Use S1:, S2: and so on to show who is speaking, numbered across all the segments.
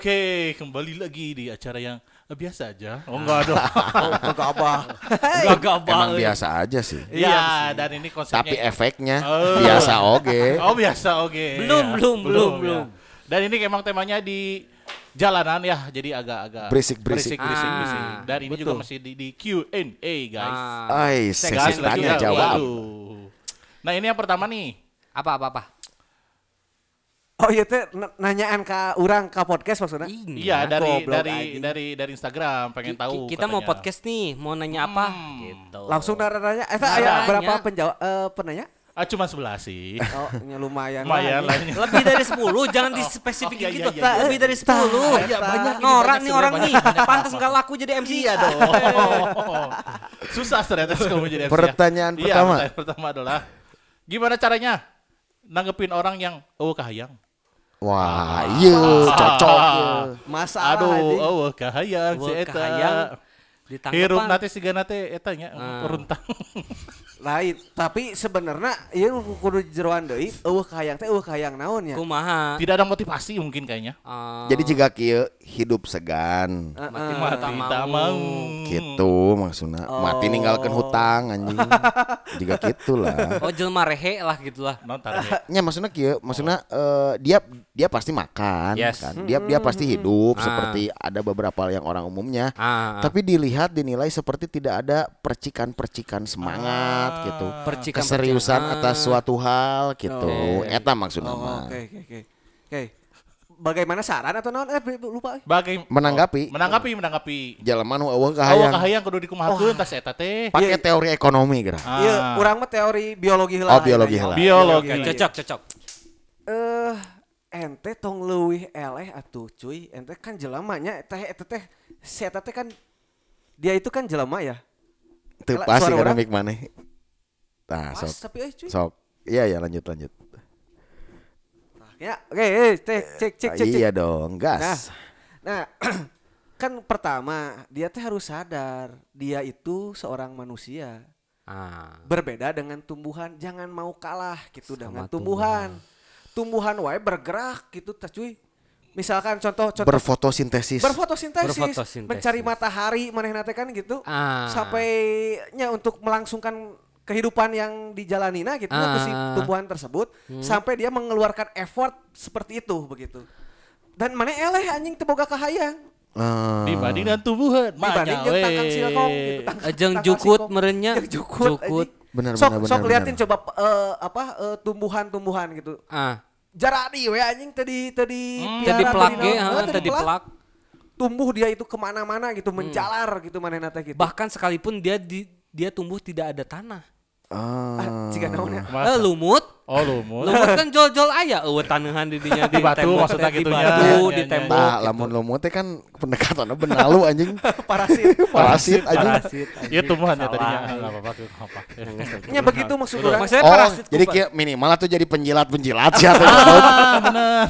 S1: Oke, kembali lagi di acara yang biasa aja. Oh enggak dong.
S2: Gegabah.
S1: Gagabah.
S3: Emang biasa aja sih.
S1: Iya, dan ini konsepnya.
S3: Tapi efeknya
S1: Oh.
S3: biasa oge.
S1: Oh biasa, oke.
S2: Belum.
S1: Ya. Dan ini emang temanya di jalanan ya, jadi agak-agak
S3: Berisik-berisik.
S1: berisik. Dan ini juga
S2: betul.
S1: masih di Q&A guys.
S3: Ay,
S1: Gas
S3: sesi
S1: lagi
S3: tanya
S1: ya,
S3: jawab.
S1: waduh. Nah ini yang pertama nih.
S2: Apa? Oh iya teh nanyaan ke urang ke podcast maksudnya?
S1: Iya
S2: goblok anjing.
S1: dari Instagram pengen tahu.
S4: Kita mau
S1: katanya.
S4: podcast nih, mau nanya apa? Gitu.
S2: Langsung nanya.
S4: Nanya.
S2: Aya berapa penanya?
S1: Cuma 11 sih.
S2: Oh, lumayan.
S1: Lumayan lah.
S2: anjing.
S4: Lebih dari 10, jangan dispesifikin
S1: iya,
S4: gitu.
S1: iya.
S4: Lebih dari 10.
S1: Iya, banyak ini,
S4: Norak
S1: banyak
S4: nih
S1: sebenarnya,
S4: orang nih,
S1: banyak.
S4: pantas nggak laku jadi MC.
S1: Iya dong. Susah ternyata kamu jadi MC.
S3: Pertanyaan
S1: Iya,
S3: pertama.
S1: pertanyaan pertama adalah gimana caranya nanggepin orang yang kahayang?
S3: Wah, iya cocok ya.
S2: Masalah
S1: Aduh,
S2: anjing.
S1: kahayang si eta.
S4: Kahayang
S1: Hirup
S4: ditangkepan.
S1: nanti sigana teh eta nya runtang.
S2: Lain, tapi sebenarnya ieu kudu jeroan deui, eueuh kahayang naon ya?
S4: Kumaha.
S1: Tidak ada motivasi mungkin kayaknya.
S3: Jadi jika kieu hidup segan
S4: mati
S1: Tak mau.
S3: gitu maksudnya. Mati ninggalkeun hutang anjing. Jika gitulah.
S4: Oh jelma rehe lah gitulah.
S1: Nonton.
S3: Nya maksudnya kieu, maksudnya dia pasti makan
S4: Yes.
S3: kan. Dia pasti hidup seperti ada beberapa yang orang umumnya. Tapi dinilai seperti tidak ada percikan-percikan semangat gitu.
S4: Percikan-percikan.
S3: Keseriusan atas suatu hal gitu.
S2: Oh.
S3: Eta maksudnya
S2: Oh,
S3: mah.
S2: oke. Bagaimana saran atau naon? Lupa.
S1: Menanggapi.
S3: Jelema nu eueuh
S1: Kahayang
S3: kahayang
S1: kudu dikumahakeun tas eta teh.
S3: pakai teori ekonomi geura.
S2: Iya, urang mah teori biologi heula.
S3: Oh, biologi heula.
S1: Biologi.
S4: Cocok.
S2: Ente tong leuwih eleh atuh cuy. Ente kan jelemanya eta teh si eta teh kan dia itu kan jelema ya.
S3: Teu
S2: Ela,
S3: pasti
S2: suara
S3: karena
S2: orang?
S3: mik maneh. Tah,
S2: Pas
S3: sok.
S2: tapi cuy.
S3: Sok. Iya lanjut.
S2: Ya, oke, cek.
S3: Iya dong, gas.
S2: Nah, kan pertama dia teh harus sadar dia itu seorang manusia. Berbeda dengan tumbuhan, jangan mau kalah gitu dengan tumbuhan. Tumbuhan wae bergerak gitu tah cuy. Misalkan contoh
S3: Berfotosintesis.
S2: berfotosintesis, mencari matahari manehna teh kan gitu. Sampainya untuk melangsungkan kehidupan yang dijalanina gitu si tumbuhan tersebut sampai dia mengeluarkan effort seperti itu begitu. Dan mana eleh anjing teu boga kahayang.
S1: Dibanding dengan tumbuhan.
S2: Dibanding jeung tangkang silkong gitu.
S4: Jeung jukut merenya.
S2: Jeung jukut.
S3: Benar.
S2: Sok liatin coba tumbuhan-tumbuhan gitu. Jaradi we anjing tadi
S4: Tadi plak ge, tadi plak.
S2: Tumbuh dia itu kemana-mana gitu menjalar gitu manehna teh gitu.
S4: Bahkan sekalipun dia tumbuh tidak ada tanah.
S2: Jika naon ya.
S4: Lumut.
S1: Oh, lumut.
S4: Lumut kan jol-jol aya eueuh tanehan di dinya
S1: Di batu
S4: tembok
S1: maksudnya
S4: teh,
S1: gitu
S4: di
S1: nya.
S4: batu,
S1: Ya,
S4: di
S1: ya,
S4: tembok.
S3: Tah,
S4: gitu.
S3: lamun lumut teh kan pendekatanna benalu anjing. Parasit anjing.
S4: Parasit.
S1: Iya tumbuhannya
S4: Salah.
S1: tadinya. Enggak apa-apa.
S2: Ya begitu maksud urang.
S4: Maksudnya
S3: Oh,
S4: parasit
S3: jadi
S4: kuba.
S3: kieu minimal tuh jadi penjilat sih atuh.
S1: Bener.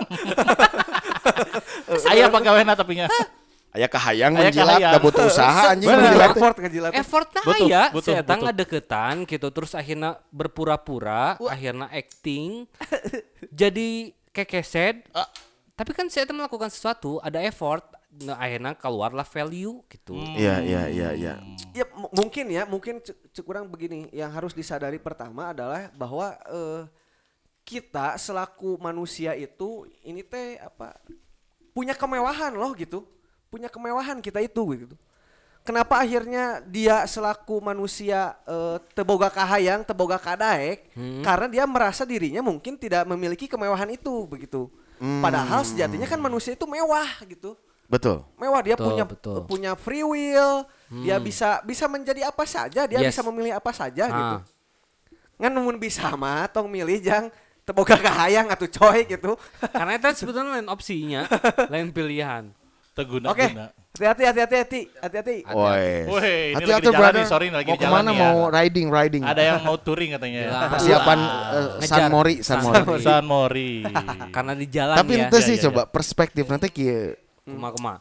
S1: Aya pegawena tapi nya.
S3: Aya kahayang
S1: Aya
S3: menjilat,
S1: kahayang.
S3: gak butuh usaha anjing
S1: Bener.
S3: menjilat.
S2: Effort ngejilat.
S4: Effortnya
S1: Butuh,
S4: aya,
S1: butuh,
S4: saya
S1: butuh.
S4: ngadeketan gitu terus akhirnya berpura-pura, akhirnya acting. Jadi kekeset. Tapi kan saya melakukan sesuatu, ada effort, nah, akhirnya keluarlah value gitu.
S3: Iya.
S2: Ya mungkin cek urang begini, yang harus disadari pertama adalah bahwa kita selaku manusia itu ini teh punya kemewahan loh gitu. Punya kemewahan kita itu gitu. Kenapa akhirnya dia selaku manusia teboga kahayang, teboga kadaek? Karena dia merasa dirinya mungkin tidak memiliki kemewahan itu begitu. Padahal sejatinya kan manusia itu mewah gitu.
S3: Betul.
S2: Mewah dia
S4: Betul.
S2: punya free will, dia bisa menjadi apa saja, dia
S4: Yes.
S2: bisa memilih apa saja gitu. Ngan mun bisa mah tong milih jang teboga kahayang atuh coy gitu.
S4: Karena itu sebetulnya lain opsinya, lain pilihan.
S1: Teguna.
S2: Oke. Hati-hati.
S1: Woi,
S3: Woi.
S1: ini lagi
S3: Hati-hati
S1: di jalan
S3: brother.
S1: nih, sorry lagi
S3: Mau
S1: di jalan
S3: kemana
S1: nih ya.
S3: mau riding?
S1: Ada yang mau touring katanya.
S4: Gila.
S3: Persiapan
S4: Ngejar.
S3: San Mori.
S1: San Mori.
S4: Karena di jalan
S3: Tapi
S4: ya.
S3: ente sih
S1: Iya.
S3: coba perspektif nanti kieu.
S4: Kuma.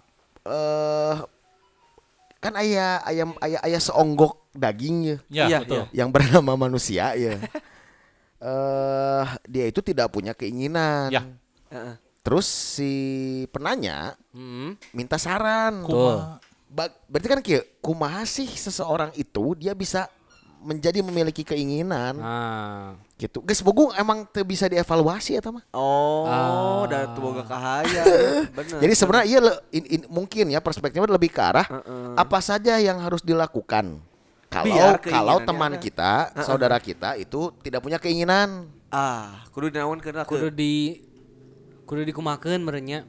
S3: Kan aya seonggok dagingnya
S1: Ya,
S2: Iya,
S1: betul.
S3: yang bernama manusia ya. Dia itu tidak punya keinginan.
S1: Ya.
S3: Terus si penanya minta saran.
S1: Kumaha.
S3: Berarti kan kieu, kumaha sih seseorang itu dia bisa menjadi memiliki keinginan gitu. Geus bogu emang teu bisa dievaluasi eta mah.
S2: Oh, da teu boga kahaya. Bener.
S3: Jadi sebenarnya iya mungkin ya perspektifnya lebih ke arah apa saja yang harus dilakukan
S2: Biar
S3: kalau
S2: keinginannya
S3: teman
S2: ada.
S3: kita, saudara kita itu tidak punya keinginan.
S2: Kudu dinaonkeun lah.
S4: kudu dikumakeun merenya.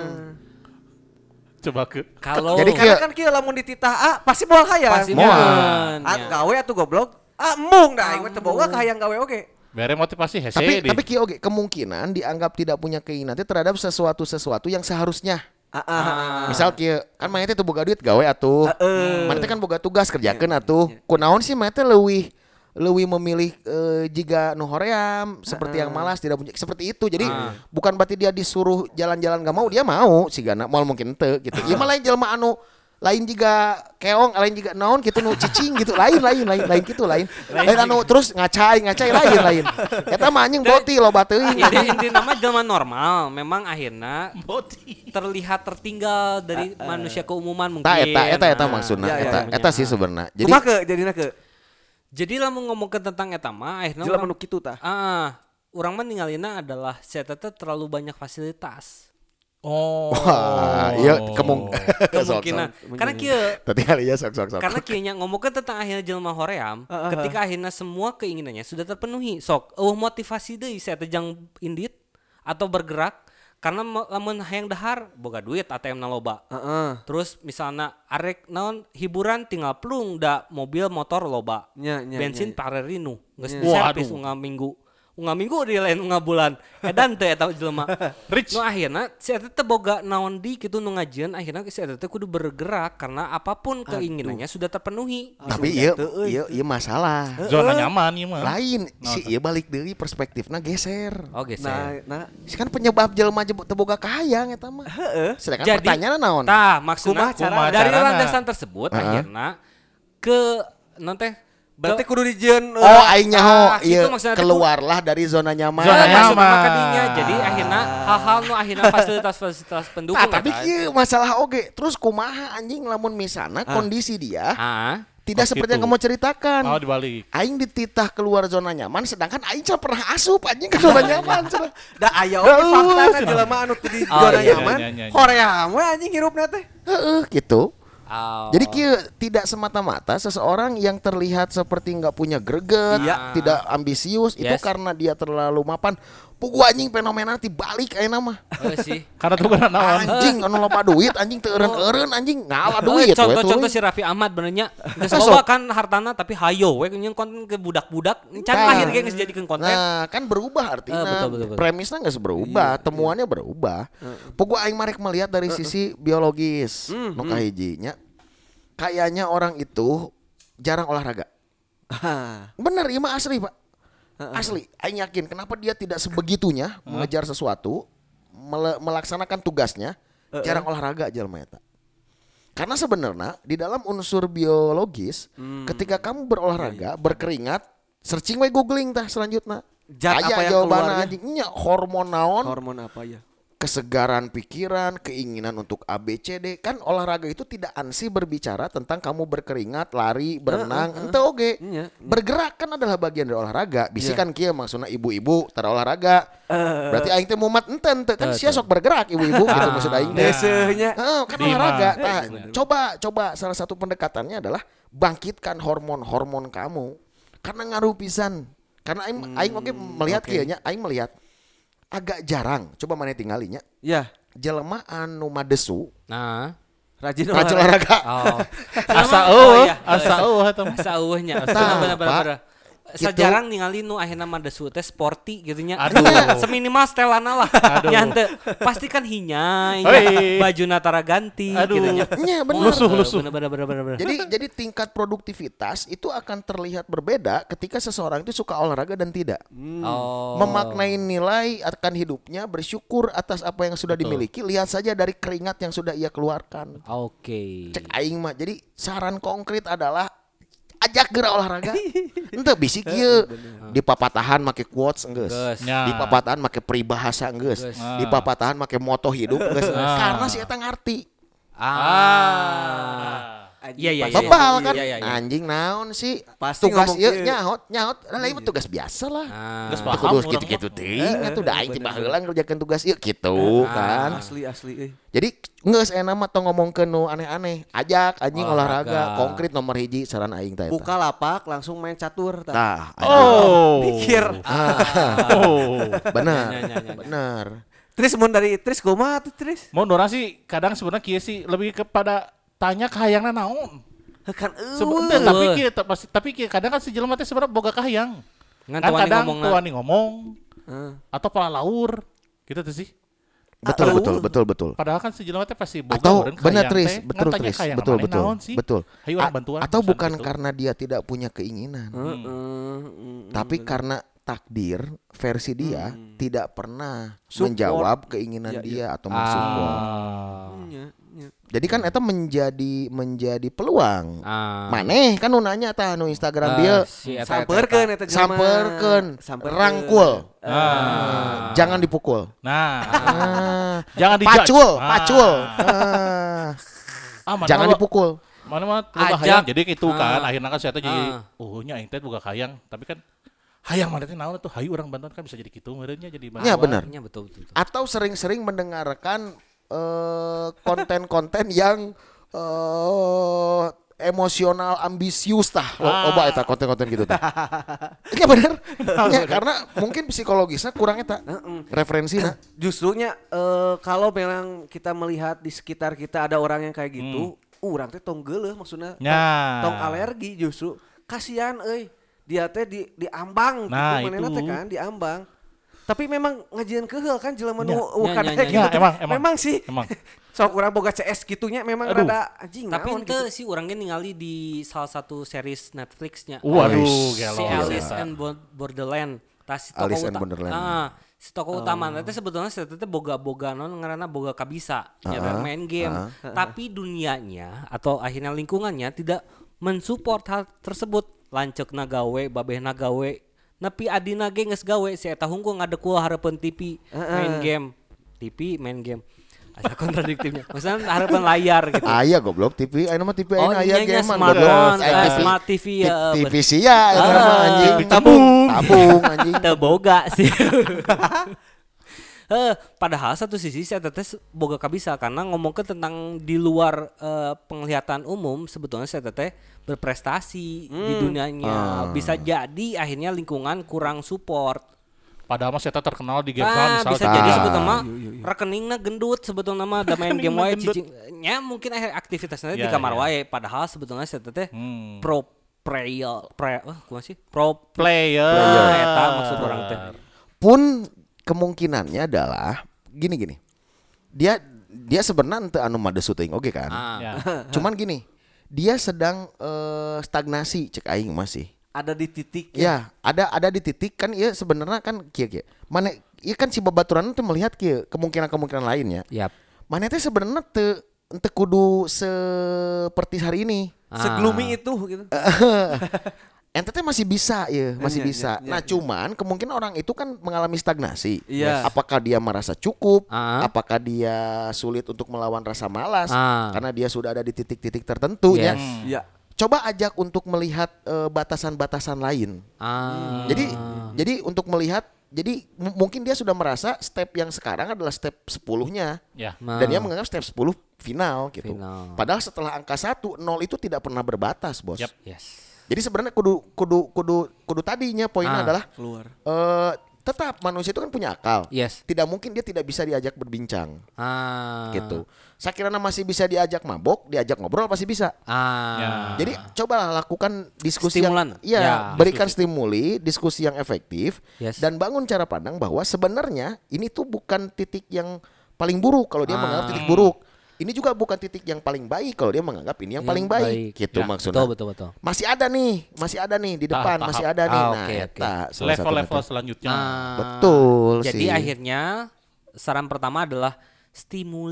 S1: Coba ke.
S4: Kalau
S3: Jadi
S2: Karena kan kieu lamun dititah pasti moal hayang.
S4: pasti
S3: Moal.
S4: moal.
S2: Gawe atuh goblok. Mung dah aing mah teu boga kahayang gawe oge.
S1: Bere motivasi hese
S3: Tapi
S1: di.
S3: tapi kieu oge kemungkinan dianggap tidak punya keinginan teh terhadap sesuatu yang seharusnya. Misal kieu kan mana teh teu boga duit gawe atuh. Mana teh kan boga tugas kerjakeun atuh. Kunaon sih mana teh leuwih memilih jika nu hoream seperti yang malas tidak punya seperti itu. Jadi bukan berarti dia disuruh jalan-jalan gak mau, dia mau sigana moal mungkin teu gitu. Ieu mah lain jelema anu lain juga keong, lain juga naon gitu nu cicing gitu, lain gitu lain anu terus ngacai lain. Eta mah anjing boti loba teuing.
S4: Jadi intinya mah jelema normal, memang akhirnya terlihat tertinggal dari manusia keumuman mungkin.
S3: Eta maksudna, eta sih sebenarnya. Jadi
S2: Kumaha jadina ke?
S4: Jadi lamun ngomongkeun tentang eta mah akhirnya
S2: Jelema nu kitu tah.
S4: urang mah ningalina adalah si eta teh terlalu banyak fasilitas.
S1: Oh.
S3: wah, iya
S4: Kemungkinan. Karena kieu
S3: Tadi kali ya sok.
S4: karena kieunya ngomongkeun tentang akhirnya jelema hoream, ketika akhirnya semua keinginannya sudah terpenuhi. Sok motivasi deui si eta jang indit atau bergerak karena lamun hayang dahar boga duit ATM na loba. Terus misalnya arek naon hiburan tinggal plung da mobil motor loba. Bensin parerinu geus diservis unggal minggu. Unggal minggu di lain unggal bulan. Edan teh eta jelema.
S1: Rich.
S4: Nu akhirna si eta teh boga naon di kitu nu ngajieun akhirna si eta teh kudu bergerak karena apapun keinginannya sudah terpenuhi.
S3: Tapi iya masalah.
S1: Zona nyaman ieu mah.
S3: Lain si ieu balik deui perspektifna geser.
S4: Oh geser.
S2: Nah,
S3: Si kan penyebab jelema teu boga kahayang eta mah. Sedangkan
S4: Jadi,
S3: pertanyaanna naon?
S4: Tah, maksudnya
S1: Kumaha
S4: dari
S1: carana?
S4: landasan tersebut akhirnya ke non teh
S2: berarti kudu dijieun
S3: Aing nyaho
S4: gitu
S3: ieu
S4: maksudnya
S3: keluarlah dari zona nyaman.
S1: Zona nyaman.
S4: masuk makadinya. Jadi akhirnya hal-hal nu akhirnya fasilitas pendukung.
S3: Tapi
S4: kan.
S3: kieu masalah oge. Terus kumaha anjing lamun misalna kondisi dia tidak
S1: Oh,
S3: seperti
S1: gitu.
S3: yang kamu ceritakan.
S1: Oh dibalik.
S3: Aing dititah keluar zona nyaman sedangkan aing can pernah asup anjing ke zona nyaman. cenah.
S2: da aya oge faktana jelema anu teu di zona
S4: iya,
S2: nyaman.
S1: iya.
S2: Hoream we anjing hirupna teh.
S3: Gitu.
S4: Oh.
S3: Jadi kieu tidak semata-mata seseorang yang terlihat seperti nggak punya greget,
S2: Iya.
S3: tidak ambisius itu
S4: Yes.
S3: karena dia terlalu mapan. Pugu anjing fenomena ti balik ayeuna mah.
S4: Sih.
S1: Karena tuh kan naon.
S3: Anjing anu loba duit, anjing teu eureun-eureun anjing ngalah duit we
S4: Contoh-contoh
S3: tuluy.
S4: si Raffi Ahmad benernya geus
S3: Sok.
S4: loba kan hartana tapi hayo we nyeun konten ke budak-budak can lahir ge geus dijadikeun konten.
S3: Nah, kan berubah artinya.
S4: Betul.
S3: Premisnya nggak berubah, temuannya berubah. Pugu aing marek melihat dari sisi biologis. Nu kahijinya kayaknya orang itu jarang olahraga. Bener, iya mah asli pak. Asli, aing yakin kenapa dia tidak sebegitunya mengejar sesuatu, melaksanakan tugasnya, jarang olahraga jelema eta. Karena sebenarnya di dalam unsur biologis, ketika kamu berolahraga, berkeringat, searching we googling tah selanjutnya.
S2: Zat apa yang
S3: jawabanna
S2: keluar, ya?
S3: anjing nya hormon naon,
S2: Hormon apa ya?
S3: kesegaran pikiran, keinginan untuk ABCD. Kan olahraga itu tidak ansih berbicara tentang kamu berkeringat, lari, berenang, ente oge.
S2: Iya.
S3: Bergerak kan adalah bagian dari olahraga. Bisikan kieu maksudna ibu-ibu tara olahraga. Berarti aing teh mumat ente kan sia sok bergerak ibu-ibu gitu maksud aing teh.
S2: Deseunya.
S3: Kan
S1: Dima.
S3: olahraga. Nah, coba salah satu pendekatannya adalah bangkitkan hormon-hormon kamu. Karena ngaruh pisan. Karena aing oge melihat kieu nya, aing melihat agak jarang. Coba mana tinggalinya.
S2: Ya,
S3: Jelema anu madesu,
S4: Nah.
S2: rajin
S3: rajin
S2: olahraga.
S3: olahraga.
S4: Oh.
S1: Asa eta mah.
S4: Asa eueuhnya.
S3: Tah,
S4: Bener.
S3: Gitu.
S4: Sajarang ningali nu akhirna madesu teh sporty gitu nya.
S1: Aduh.
S4: Seminimal stelana lah.
S1: Aduh.
S4: Nya henteu. Pasti kan hinyai.
S1: Hei.
S4: Bajuna tara ganti
S1: Aduh.
S4: gitu nya.
S3: Nya bener.
S1: Lusuh.
S4: Bener.
S3: Jadi tingkat produktivitas itu akan terlihat berbeda ketika seseorang itu suka olahraga dan tidak.
S4: Oh.
S3: Memaknai nilai akan hidupnya, bersyukur atas apa yang sudah dimiliki. Lihat saja dari keringat yang sudah ia keluarkan.
S4: Oke.
S3: Cek aing mah. Jadi saran konkret adalah diajak geura olahraga. Henteu bisi kieu. Di papatahan make quotes enggeus.
S4: Geus.
S1: Ya.
S3: Di papatahan make peribahasa enggeus.
S4: Geus.
S3: Di papatahan make moto hidup enggeus. Karena si eta ngarti.
S4: Iya.
S3: Bebal kan
S4: Iya.
S3: anjing naon sih
S2: Pasti
S3: tugas
S2: ngomong
S3: ieu
S2: kieu.
S3: nyaot lain mah tugas biasa lah.
S1: Geus
S3: Teu
S1: paham
S3: kudu
S1: urang
S3: kitu-kitu
S1: mah.
S3: teuing atuh da aing ti baheula ngerjakeun tugas ieu kitu kan.
S2: Asli euy.
S3: Jadi geus enak mah tong ngomongkeun nu aneh-aneh. Ajak anjing olahraga konkret nomor hiji saran aing teh eta.
S2: Buka lapak langsung main catur tah.
S3: Tah,
S1: Oh.
S2: Pikir.
S1: Oh.
S3: bener.
S4: Ya.
S3: Bener.
S2: Tris mun dari Tris kumaha tuh Tris?
S1: Mau orang sih kadang sebenarnya kieu sih lebih kepada tanya kahayangna naon.
S2: Kan
S1: Sebenarnya tapi kieu kadang kan si jelema teh sebenarnya boga kahayang.
S4: Ngan
S1: Kan
S4: tuan
S1: kadang
S4: ngomong
S1: tuan ngomong atau pola laur gitu tuh sih.
S3: Betul.
S1: Padahal kan si jelema teh pasti boga
S3: Atau
S1: meureun
S3: benar
S1: kahayang
S3: Tris,
S1: teh.
S3: betul
S1: Ngan tanya
S3: Tris,
S1: kahayang
S3: betul
S1: mana
S3: betul.
S1: naon sih?
S3: Betul.
S1: Hayu urang bantuan.
S3: Atau
S1: misalnya
S3: bukan
S1: gitu.
S3: karena dia tidak punya keinginan, tapi karena takdir versi dia tidak pernah
S2: Support.
S3: menjawab keinginan
S2: Ya,
S3: dia atau mensupport.
S2: Nya.
S3: Jadi kan eta menjadi peluang.
S4: Ah.
S3: Maneh kan nu nanya tah nu Instagram dia
S4: Si eta.
S2: Sampeurkeun eta jelema.
S3: samperkeun,
S2: Sampeurkeun.
S3: rangkul. Jangan dipukul.
S1: Nah, jangan dijudge.
S3: Pacul.
S1: Mana
S3: Jangan
S1: mah-
S3: dipukul.
S1: Mana mah boga
S4: Ajak.
S1: hayang jadi gitu kan.
S4: Ah.
S1: Akhirnya kan saya teh jadi
S4: Ah.
S1: nya aing teh boga hayang, tapi kan hayang mana teh naon tuh hayu urang bantuan kan bisa jadi gitu meureunnya jadi
S3: Ya benar.
S4: Iya, betul.
S3: Atau sering-sering mendengarkan konten-konten yang emosional ambisius tah loba eta konten-konten gitu tah. Iya bener. Ya, karena mungkin psikologisnya kurang eta referensinya.
S2: Justrunya kalau memang kita melihat di sekitar kita ada orang yang kayak gitu, urang teh tong geuleuh maksudna
S1: Ya.
S2: tong alergi justru. Kasihan euy. Dia teh diambang
S1: Nah,
S2: gitu manehna
S1: itu.
S2: teh kan diambang. Tapi memang ngajieun keheul kan jelema nu
S4: nya,
S2: kada
S4: nya,
S2: gitu.
S1: nya. Emang.
S2: Memang sih.
S1: Emang.
S2: Sok urang boga CS gitunya memang
S1: Aduh.
S2: rada anjing
S4: Tapi
S2: naon
S4: ente
S2: gitu.
S4: sih orangnya ningali di salah satu series Netflixnya.
S1: Waduh,
S3: Wis.
S1: gelo.
S4: Si Alice and Borderland. Si tokoh
S3: Alice and Borderland.
S4: si tokoh utama nanti sebetulnya sebetulnya boga-boga non ngaranna boga kabisa main game. Tapi dunianya atau akhirnya lingkungannya tidak mensupport hal tersebut. Lanceukna gawe, babehna gawe. Nepi adina ge geus gawe si eta hungkul ngadekul hareupeun TV main game. TV main game. Ada kontradiktifnya. Maksudnya harapan layar gitu.
S3: Aya goblok TV, aya mah TV
S4: Oh,
S3: aya
S4: iya,
S3: game
S4: smartphone,
S3: Aya
S4: smart TV ya.
S3: TV sia eta mah anjing.
S2: tabung.
S3: Tabung anjing.
S4: Teu boga sih. Padahal satu sisi saya tetes boga kabisa karena ngomongke tentang di luar penglihatan umum sebetulnya saya teteh berprestasi di dunianya. Bisa jadi akhirnya lingkungan kurang support.
S1: Padahal mah saya teh terkenal di game misalnya.
S4: Bisa jadi sebetulnya mah rekeningna gendut sebetulnya mah da main game wae
S1: gendut.
S4: cicing. Nya mungkin akhir aktivitasnya di
S1: Ya,
S4: kamar
S1: ya.
S4: wae padahal sebetulnya saya teteh pro kumaha sih? Pro
S1: Player.
S4: eta maksud orang teh.
S3: Pun kemungkinannya adalah gini. Dia sebenarnya ente anu madesu teuing oge kan.
S1: Ya.
S3: Cuman gini, dia sedang stagnasi cek aing masih.
S2: Ada di titik
S3: Ya, ada di titik kan ieu sebenarnya kan kieu. Mana ieu kan si babaturan teh melihat kieu kemungkinan-kemungkinan lainnya.
S4: Yap.
S3: Mana teh sebenarnya teu kudu seperti hari ini.
S2: segloomy itu gitu.
S3: Ente teh masih bisa ya, masih
S2: Iya,
S3: bisa.
S2: iya,
S3: Nah,
S2: iya.
S3: cuman kemungkinan orang itu kan mengalami stagnasi.
S2: Iya.
S3: Apakah dia merasa cukup?
S4: Ah.
S3: Apakah dia sulit untuk melawan rasa malas
S4: Ah.
S3: karena dia sudah ada di titik-titik tertentu ya.
S4: Yes.
S2: Ya.
S3: Coba ajak untuk melihat batasan-batasan lain. Jadi untuk melihat mungkin dia sudah merasa step yang sekarang adalah step 10-nya.
S1: Ya.
S3: Dan dia menganggap step 10 final gitu.
S4: Final.
S3: Padahal setelah angka 1, 0 itu tidak pernah berbatas, Bos.
S1: Yap.
S4: Yes.
S3: Jadi sebenarnya kudu tadinya poinnya adalah
S2: Keluar.
S3: tetap manusia itu kan punya akal.
S4: Yes.
S3: Tidak mungkin dia tidak bisa diajak berbincang gitu. Sakirana masih bisa diajak mabok, diajak ngobrol pasti bisa.
S1: Ya.
S3: Jadi cobalah lakukan diskusi
S4: Stimulan.
S3: yang
S4: Ya,
S3: berikan stimuli, diskusi yang efektif
S4: Yes.
S3: dan bangun cara pandang bahwa sebenarnya ini tuh bukan titik yang paling buruk kalau dia menganggap titik buruk. Ini juga bukan titik yang paling baik kalau dia menganggap ini yang paling baik. Gitu
S1: Ya,
S3: maksudnya.
S4: Betul.
S3: Masih ada nih di depan,
S1: Tahap.
S3: masih ada nih. Nah,
S4: Oke.
S3: eta salah satu
S1: Level-level
S3: meta.
S1: selanjutnya.
S3: Betul
S4: Jadi
S3: sih.
S4: akhirnya saran pertama adalah stimuli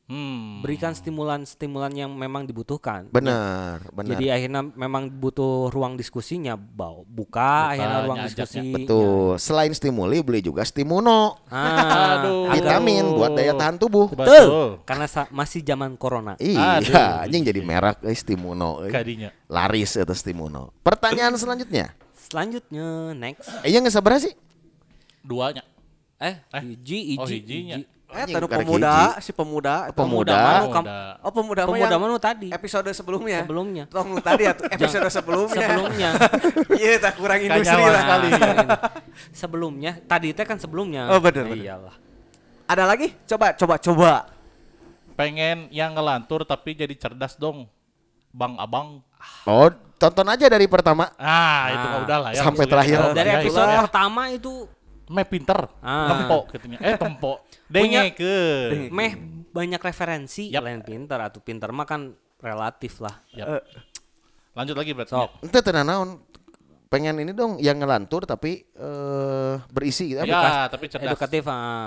S4: Berikan stimulan-stimulan yang memang dibutuhkan.
S3: Benar.
S4: Jadi akhirnya memang butuh ruang diskusinya, buka akhirnya ruang
S1: ajaknya.
S4: diskusi.
S3: Betul. Selain stimuli beli juga stimuno.
S1: Aduh.
S3: Vitamin buat daya tahan tubuh.
S1: Betul.
S4: Karena masih zaman corona.
S3: Iya, anjing jadi merek stimuno.
S1: Kadinya.
S3: Laris itu stimuno. Pertanyaan selanjutnya.
S4: Selanjutnya next.
S3: Iya nggak sabar sih?
S1: Duanya.
S4: Hiji.
S1: hijinya.
S2: Tanu
S3: Karek
S2: pemuda, si pemuda.
S3: Pemuda.
S2: Oh pemuda mah
S4: Pemuda
S2: yang
S4: manu tadi.
S2: episode sebelumnya.
S4: Sebelumnya.
S2: Tong tadi atuh episode sebelumnya.
S4: Sebelumnya.
S2: Iya tak kurang industri
S1: Kanyawa
S2: lah.
S1: sekali.
S4: Sebelumnya. Tadi teh kan sebelumnya.
S2: Oh, bener.
S4: Iyalah.
S2: Ada lagi? Coba.
S1: Pengen yang ngelantur tapi jadi cerdas dong. Bang Abang.
S3: Oh, tonton aja dari pertama.
S1: Itu mah udah lah ya.
S3: Sampai
S1: Bisa
S3: terakhir.
S1: lihat.
S4: Dari
S1: Ya,
S4: episode
S1: itulah.
S4: pertama itu
S1: Meh pinter. Tempo katanya. Tempo. Denge ke.
S4: meh banyak referensi.
S1: Yap.
S4: Lain pinter atau pinter mah kan relatif lah.
S1: Lanjut lagi berarti.
S4: Sok.
S3: Ente tenang naon. Pengen ini dong yang ngelantur tapi berisi gitu.
S1: Ya, tapi cerdas.
S4: Edukatif.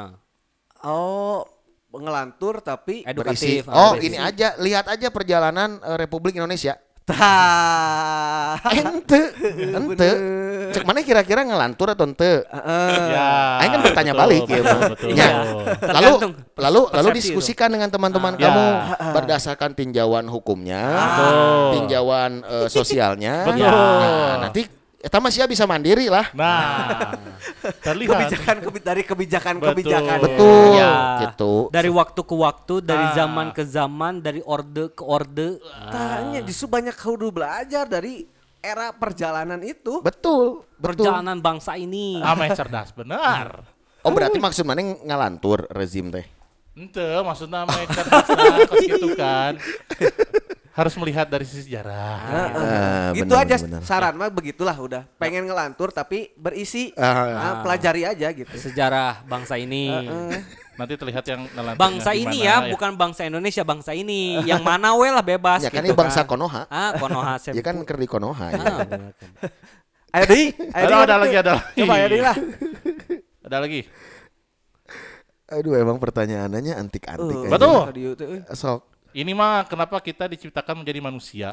S2: Oh, ngelantur tapi
S3: Berisi.
S4: Edukatif.
S3: Oh,
S4: berisi.
S3: ini aja. Lihat aja perjalanan Republik Indonesia.
S2: tah.
S3: Ente. Cek mana kira-kira ngelantur atau ente?
S1: Ya.
S3: Aing kan bertanya
S1: betul,
S3: balik
S1: betul,
S3: ya.
S1: betul.
S3: Ya.
S4: Tergantung
S3: Lalu
S4: persepsi
S3: diskusikan dengan teman-teman
S1: Ya.
S3: kamu berdasarkan tinjauan hukumnya,
S1: Betul.
S3: tinjauan sosialnya.
S1: Betul.
S3: Nah, nanti eta mah sia bisa mandiri lah.
S1: Nah. Terlihat.
S2: Dari kebijakan.
S3: Betul.
S4: Ya.
S3: Gitu.
S4: Dari waktu ke waktu, dari zaman ke zaman, dari orde ke orde.
S2: Tanya justru banyak kudu belajar dari era perjalanan itu.
S3: Betul.
S4: Perjalanan bangsa ini.
S1: Ameh cerdas benar.
S3: Oh, berarti maksud mana ngalantur rezim teh?
S1: Ente maksudnya ameh cerdas lah kos gitu kan. Harus melihat dari sisi sejarah.
S2: Gitu
S3: benar,
S2: aja
S3: benar.
S2: saran mah begitulah udah. Pengen ngelantur tapi berisi. Pelajari aja gitu.
S4: Sejarah bangsa ini.
S1: Nanti terlihat yang ngelanturnya
S4: Bangsa
S1: di
S4: ini
S1: mana
S4: ya, bukan bangsa Indonesia, bangsa ini. Yang mana we lah bebas
S3: Ya kan
S4: gitu
S3: ini bangsa
S4: kan.
S3: Konoha.
S4: Konoha.
S3: Ya kan ker di Konoha. Ya.
S4: Bener kan.
S2: Ayo di.
S1: Ada lagi.
S2: Coba ya di lah.
S1: Ada lagi.
S3: Aduh, emang pertanyaannya antik-antik. aja.
S1: Betul.
S3: Sok.
S1: Ini mah kenapa kita diciptakan menjadi manusia?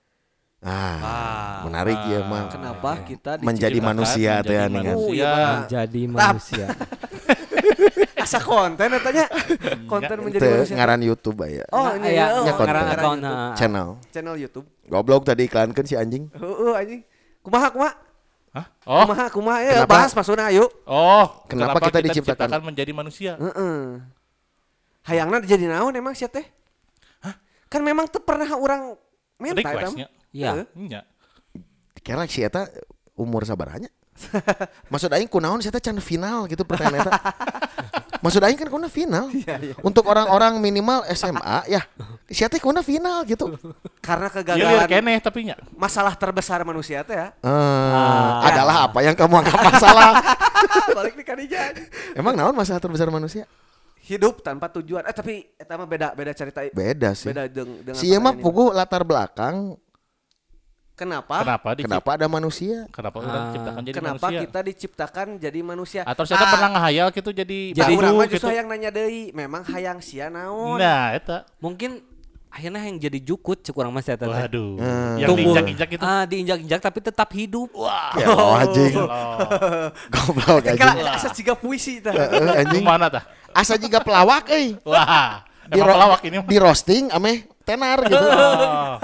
S3: Menarik ya mah.
S2: Kenapa kita
S3: Menjadi
S1: Diciptakan
S3: manusia teh
S1: menjadi
S3: anu kan.
S1: manusia.
S4: Menjadi manusia.
S2: asa konten katanya? Konten menjadi
S3: Teu
S2: manusia.
S3: ngaran YouTube aya.
S2: Oh, ini
S4: ya,
S2: ya.
S3: konten.
S4: ngaran account.
S3: Channel.
S2: Channel YouTube.
S3: Goblok tadi iklankeun si anjing.
S2: Anjing. Kumaha.
S1: Hah? Oh,
S2: Kumaha ya
S3: Kenapa?
S2: bahas maksudnya ayo.
S3: Kenapa kita diciptakan
S1: menjadi manusia?
S2: Hayangna jadi naon emang sia teh? Kan memang teu pernah orang minta eta.
S1: Requestnya?
S4: Iya.
S1: Nya.
S3: Kira si eta umur sabaraha? Maksud aing kunaon si eta can final gitu pertanyaan eta. Maksud aing kan kuna final. Untuk orang-orang minimal SMA ya. Si eta kuna final gitu.
S2: Karena
S1: Gilir
S2: kegagalan
S1: keneh tapi nya.
S2: masalah terbesar manusia teh ya.
S3: Adalah apa yang kamu anggap masalah?
S2: Balik di kanija.
S3: Emang naon masalah terbesar manusia?
S2: Hidup tanpa tujuan. Tapi eta mah beda cerita.
S3: Beda sih.
S2: Beda dengan
S3: Si mah
S2: pertanyaan ini.
S3: pugu latar belakang
S2: Kenapa
S3: kenapa ada manusia?
S1: Kenapa orang diciptakan jadi
S2: Kenapa
S1: manusia?
S2: kita diciptakan jadi manusia?
S1: Atau saya pernah ngahayal gitu jadi
S2: Jadi
S1: guru
S2: urang mah
S1: gitu.
S2: justru hayang nanya deui, memang hayang sia naon?
S1: Nah, eta.
S4: Mungkin akhirnya yang jadi jukut cek urang mas eta teh.
S1: Waduh. Yang
S4: Tumbuh.
S1: diinjak-injak itu.
S4: Diinjak-injak tapi tetap hidup. Wah.
S3: Ya Allah anjing. Goblok anjing.
S2: Kala asa ciga puisi tah.
S3: Anjing.
S1: Gimana tah?
S3: Asa juga pelawak euy.
S1: Wah.
S3: Di,
S1: Emang pelawak ini mah.
S3: di roasting ame tenar gitu.
S1: Oh.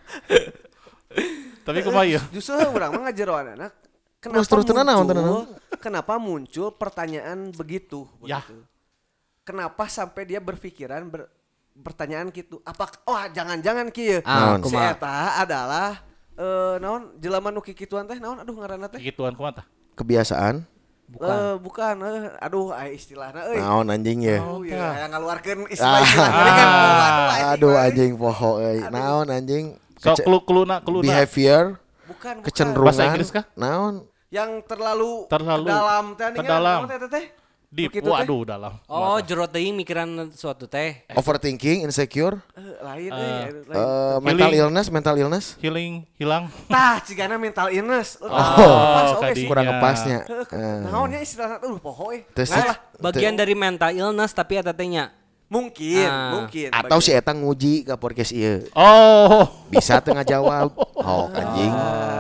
S1: Tapi kumaha ieu?
S2: Justru urang mah ngajeroan anak.
S3: Terus naon, tenan.
S2: Kenapa muncul pertanyaan begitu?
S1: Ya.
S2: begitu. Kenapa sampai dia berpikiran pertanyaan gitu? Apa jangan-jangan kieu.
S3: Naon?
S2: Si
S4: Kumaha?
S2: eta adalah naon jelema nu kikituan teh naon aduh ngaranna teh?
S1: Gituan kumaha tah?
S3: Kebiasaan.
S2: Bukan. Aduh istilahna euy.
S3: Naon anjing ya.
S2: Oh iya, ngaluarkeun istilah-istilah tadi kan.
S3: Aduh anjing poho euy. Naon anjing?
S1: So clue-na.
S3: Behavior,
S2: Bukan.
S3: kecenderungan.
S1: Bahasa Inggris kah?
S3: Naon?
S2: Yang terlalu
S1: Terlalu
S2: dalam teh nih
S1: terdalam.
S2: teh.
S1: Deep.
S2: Begitu teh.
S1: Waduh, dalam.
S4: Oh, jero teuing mikiran suatu teh.
S3: Overthinking, insecure,
S2: Lain
S3: mental
S1: Feeling.
S3: illness.
S1: Hilang.
S2: Tah cigana mental illness.
S1: kadinya.
S3: Kurang ngepasnya.
S2: Naonnya istilahna poho
S3: Terus
S2: Nah,
S4: Bagian dari mental illness tapi eta teh nya
S2: Mungkin,
S4: Ah.
S2: mungkin.
S3: Atau si eta nguji ke podcast ieu.
S1: Oh.
S3: Bisa tengah jawab. Oh, anjing.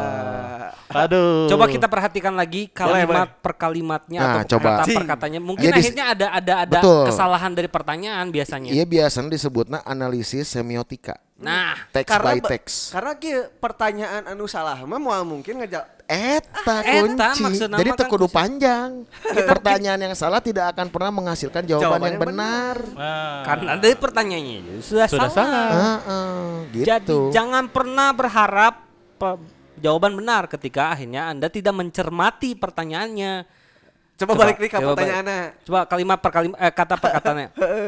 S1: Aduh.
S4: Coba kita perhatikan lagi kalimat per kalimatnya
S3: Nah,
S4: atau
S3: coba.
S4: kata per katanya. Mungkin
S3: Iya,
S4: akhirnya ada
S3: Betul.
S4: kesalahan dari pertanyaan biasanya.
S3: Iya biasanya disebutna analisis semiotika.
S4: Nah,
S3: Text
S2: Karena
S3: by
S2: be-
S3: text.
S2: Karena kieu pertanyaan anu salah mah moal mungkin ngajak
S3: Eta
S4: Eta
S3: kunci.
S4: maksudna
S3: Jadi
S4: mah kan
S3: tekudu
S4: kunci.
S3: panjang. Pertanyaan yang salah tidak akan pernah menghasilkan jawaban yang benar.
S1: Nah,
S4: karena dari pertanyaannya sudah
S1: Sudah
S4: salah.
S3: Gitu.
S4: Jadi jangan pernah berharap jawaban benar ketika akhirnya Anda tidak mencermati pertanyaannya.
S2: coba balik nih ke
S4: coba
S2: pertanyaannya.
S4: Coba kalimat per kalimat kata per katanya.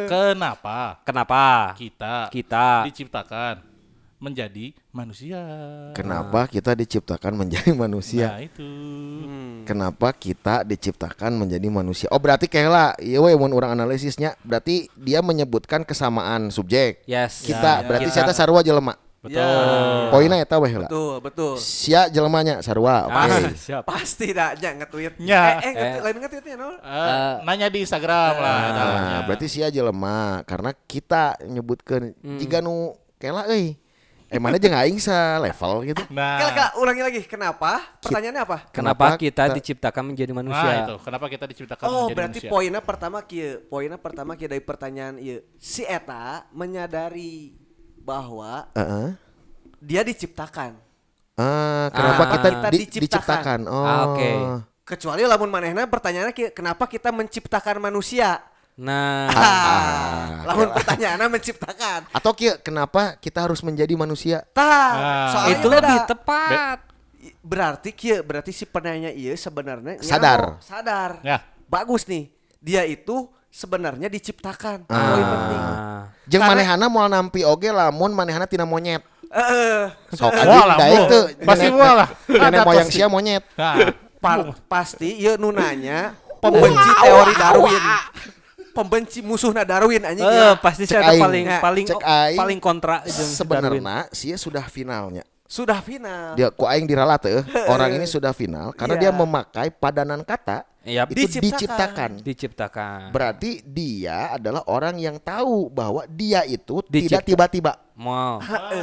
S1: kenapa
S4: Kenapa
S1: kita diciptakan menjadi manusia?
S3: Kenapa kita diciptakan menjadi manusia?
S1: Nah, itu.
S3: Kenapa kita diciptakan menjadi manusia? Oh berarti kayak lah, iya we mun urang analisisnya, berarti dia menyebutkan kesamaan subjek.
S4: Yes.
S3: Kita
S1: Ya,
S3: berarti
S4: kita-
S3: saya sarua jelema.
S1: Betul.
S2: Ya.
S3: Poinnya eta weh lah.
S2: Betul.
S3: Sia jelemanya sarua. Oke.
S4: Siap.
S2: Pasti dah aja nge-tweet.
S1: Ya.
S2: Lain nge-tweetnya no.
S1: Nanya di Instagram lah.
S3: Nah, berarti sia jelema karena kita nyebutkeun jiga nu kela euy. Mana jeung aing sa level gitu.
S1: Nah,
S2: Kala ulangi lagi. Kenapa? Pertanyaannya apa?
S4: Kenapa kita diciptakan menjadi manusia?
S1: nah itu. Kenapa kita diciptakan
S2: Oh,
S1: menjadi
S2: berarti
S1: manusia?
S2: poinnya pertama kieu dari pertanyaan ieu. Si eta menyadari bahwa
S3: Heeh.
S2: dia diciptakan.
S3: Kenapa
S4: Ah.
S3: kita
S2: Kita
S3: diciptakan? Oh.
S4: Oke.
S2: Kecuali lamun manehna pertanyaannya kieu, kenapa kita menciptakan manusia?
S4: Nah,
S2: Lamun pertanyaannya menciptakan.
S3: Atau kenapa kita harus menjadi manusia?
S2: Soalnya
S4: itu
S2: beda.
S4: lebih tepat.
S2: Berarti si penanya ieu sebenarnya
S3: Sadar.
S2: sadar.
S1: Ya.
S2: Bagus nih. Dia itu sebenarnya diciptakan. Poin penting.
S3: Jeung
S2: Karena-
S3: manehana moal nampi oge lamun manehana tina monyet. Sok
S1: Wah lah,
S3: daek
S1: Mo.
S3: teu.
S1: Pasti wah lah.
S3: Nenek
S1: Ada
S3: moyang
S1: pasti.
S3: sia monyet.
S1: Nah,
S2: Pasti ieu nu nanya pembenci teori Darwin. Pembenci musuhna Darwin anjing.
S4: Pasti
S3: Cek
S4: saya
S3: aing.
S4: paling paling
S3: Cek aing.
S4: paling kontra jeung si Darwin.
S3: Sebenarnya sia sudah finalnya.
S2: Sudah final.
S3: Dia ku aing diralat teu. Orang ini sudah final karena
S2: Iya.
S3: dia memakai padanan kata
S4: Yap.
S3: itu
S2: Diciptakan.
S4: Diciptakan.
S3: Berarti dia adalah orang yang tahu bahwa dia itu
S4: Dicipta.
S3: tidak tiba-tiba.
S4: Mau.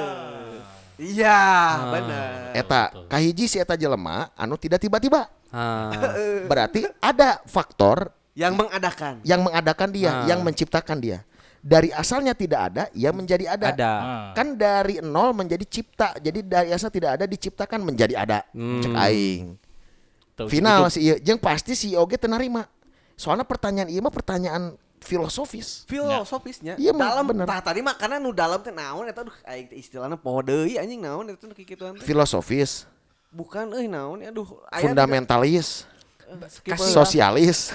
S2: Iya, benar.
S3: Eta kahiji si eta jelema anu tidak tiba-tiba.
S4: Ah.
S3: Berarti ada faktor
S2: Yang mengadakan.
S3: yang mengadakan dia, yang menciptakan dia. Dari asalnya tidak ada, ia menjadi ada.
S4: Ada.
S3: Kan dari nol menjadi cipta. Jadi dari asal tidak ada diciptakan menjadi ada. Cek aing.
S1: tuh,
S3: Final
S1: itu.
S3: si ieu jeung pasti si oge teu narima. Soalnya pertanyaan ieu mah pertanyaan filosofis.
S2: Filosofisnya
S3: Iya, mah,
S2: dalam
S3: bener.
S2: tadi mah karena nu dalam teh naon eta aduh aing teh istilahna poho deui anjing naon eta nu kikituan teh.
S3: Filosofis,
S2: Bukan naon aduh
S3: fundamentalis,
S2: skip
S3: sosialis.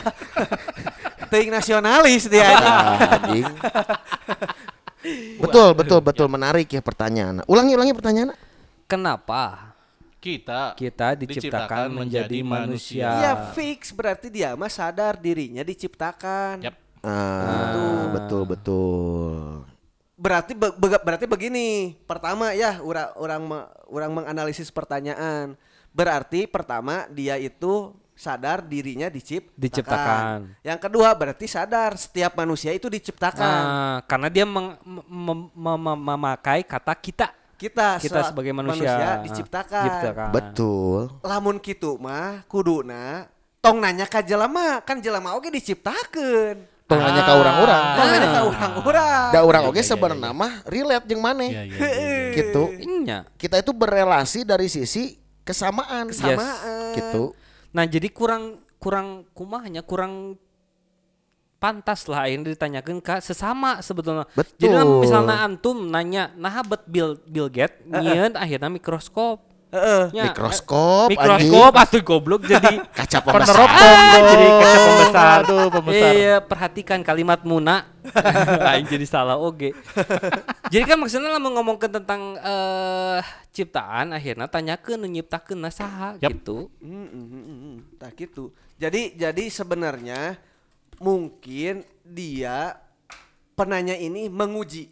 S2: teuing nasionalis dia.
S3: Anjing. Betul menarik ya pertanyaan. Ulangi pertanyaan.
S4: Kenapa
S1: Kita
S4: kita diciptakan menjadi manusia?
S2: Iya fix berarti dia mah sadar dirinya diciptakan.
S1: Yap.
S3: Betul.
S2: Berarti begini. Pertama ya orang menganalisis pertanyaan. Berarti pertama dia itu sadar dirinya
S4: Diciptakan.
S2: Yang kedua berarti sadar setiap manusia itu diciptakan.
S4: Karena dia memakai kata kita.
S2: Kita
S4: Sebagai manusia,
S2: diciptakan.
S3: Betul.
S2: Lamun kitu mah kuduna tong nanya ka jelema, kan jelema oge diciptakeun.
S3: Tong nanya ka urang-urang.
S2: Tong nanya ka urang-urang.
S3: Da urang oge sebenarnya mah relate jeung maneh.
S1: Iya, iya, iya.
S3: Gitu.
S4: Inya.
S3: Kita itu berelasi dari sisi kesamaan.
S2: Kesamaan.
S3: Gitu.
S4: Nah, jadi kurang kumahnya kurang pantas lah ini ditanyakan ke sesama sebetulnya.
S3: Betul.
S4: Jadi misalnya antum nanya, nah bet Bill Gates nyieun akhirnya mikroskop. Nya,
S3: Mikroskop,
S4: mikroskop atuh goblok jadi
S3: kaca
S1: Penerop
S3: pembesar.
S4: jadi kaca pembesar.
S1: Aduh, pembesar.
S4: Iya, perhatikan kalimat muna. Lain jadi salah oge. Jadi kan maksudnya lamun ngomongkeun tentang ciptaan akhirnya tanyakeun nu nyiptakeun saha
S1: Yap.
S4: gitu.
S2: Tah gitu. Jadi sebenarnya mungkin dia penanya ini menguji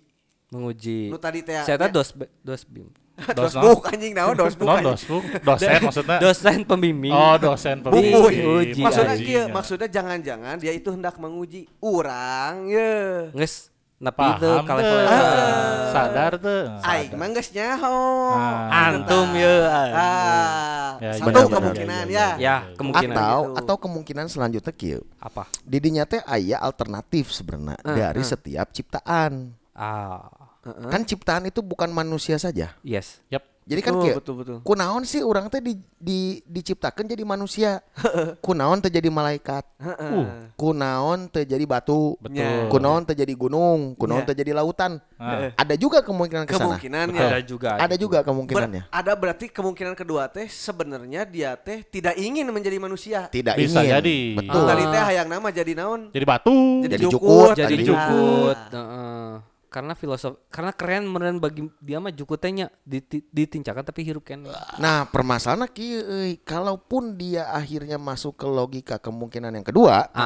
S4: Menguji.
S2: Nu tadi teh.
S4: Saya dos bim.
S2: Dosbook anjing naon dosbook
S1: Non
S2: anjing.
S1: dosbook, dosen maksudnya.
S4: Dosen pembimbing.
S1: Oh, dosen pembimbing.
S2: Buku.
S4: Uji,
S2: Maksudnya
S1: anjing.
S2: kieu, maksudnya jangan-jangan dia itu hendak menguji urang ye.
S4: Geus nepi
S1: Paham
S4: teu ka level
S1: teu.
S4: eta.
S1: Sadar tuh.
S2: Aing mah geus nyaho.
S4: Antum ye.
S1: Ya,
S2: Satu
S3: benar-benar.
S2: kemungkinan ya.
S4: Ya, kemungkinan
S3: Atau kemungkinan selanjutnya kieu.
S4: apa?
S3: Di dinya teh aya alternatif sebenarnya dari setiap ciptaan. Kan ciptaan itu bukan manusia saja.
S4: Yes.
S1: Yap.
S3: Jadi kan
S2: Betul,
S3: kieu.
S2: betul.
S3: Kunaon sih orang teh diciptakan jadi manusia. Kunaon teh jadi malaikat. Kunaon teh jadi batu.
S1: Betul.
S3: Kunaon teh jadi gunung, kunaon
S2: Ya.
S3: teh jadi lautan.
S1: Ah.
S3: Ada juga kemungkinan ke sana.
S2: Kemungkinan
S1: Betul.
S2: ya.
S4: Ada juga.
S3: Ada juga kemungkinannya.
S2: Ada berarti kemungkinan kedua teh sebenarnya dia teh tidak ingin menjadi manusia.
S3: Tidak
S1: Bisa
S3: ingin.
S1: jadi.
S3: Betul.
S2: Tadi teh hayang nama jadi naon?
S1: Jadi batu.
S2: Jadi
S3: Jadi
S2: jukut.
S3: jukut.
S4: Jadi
S3: Tadi.
S4: jukut. Karena karena keren meureun bagi dia mah jukut teh nya ditincakan tapi hirup kene.
S3: Nah, permasalahannya kieu euy, kalaupun dia akhirnya masuk ke logika kemungkinan yang kedua,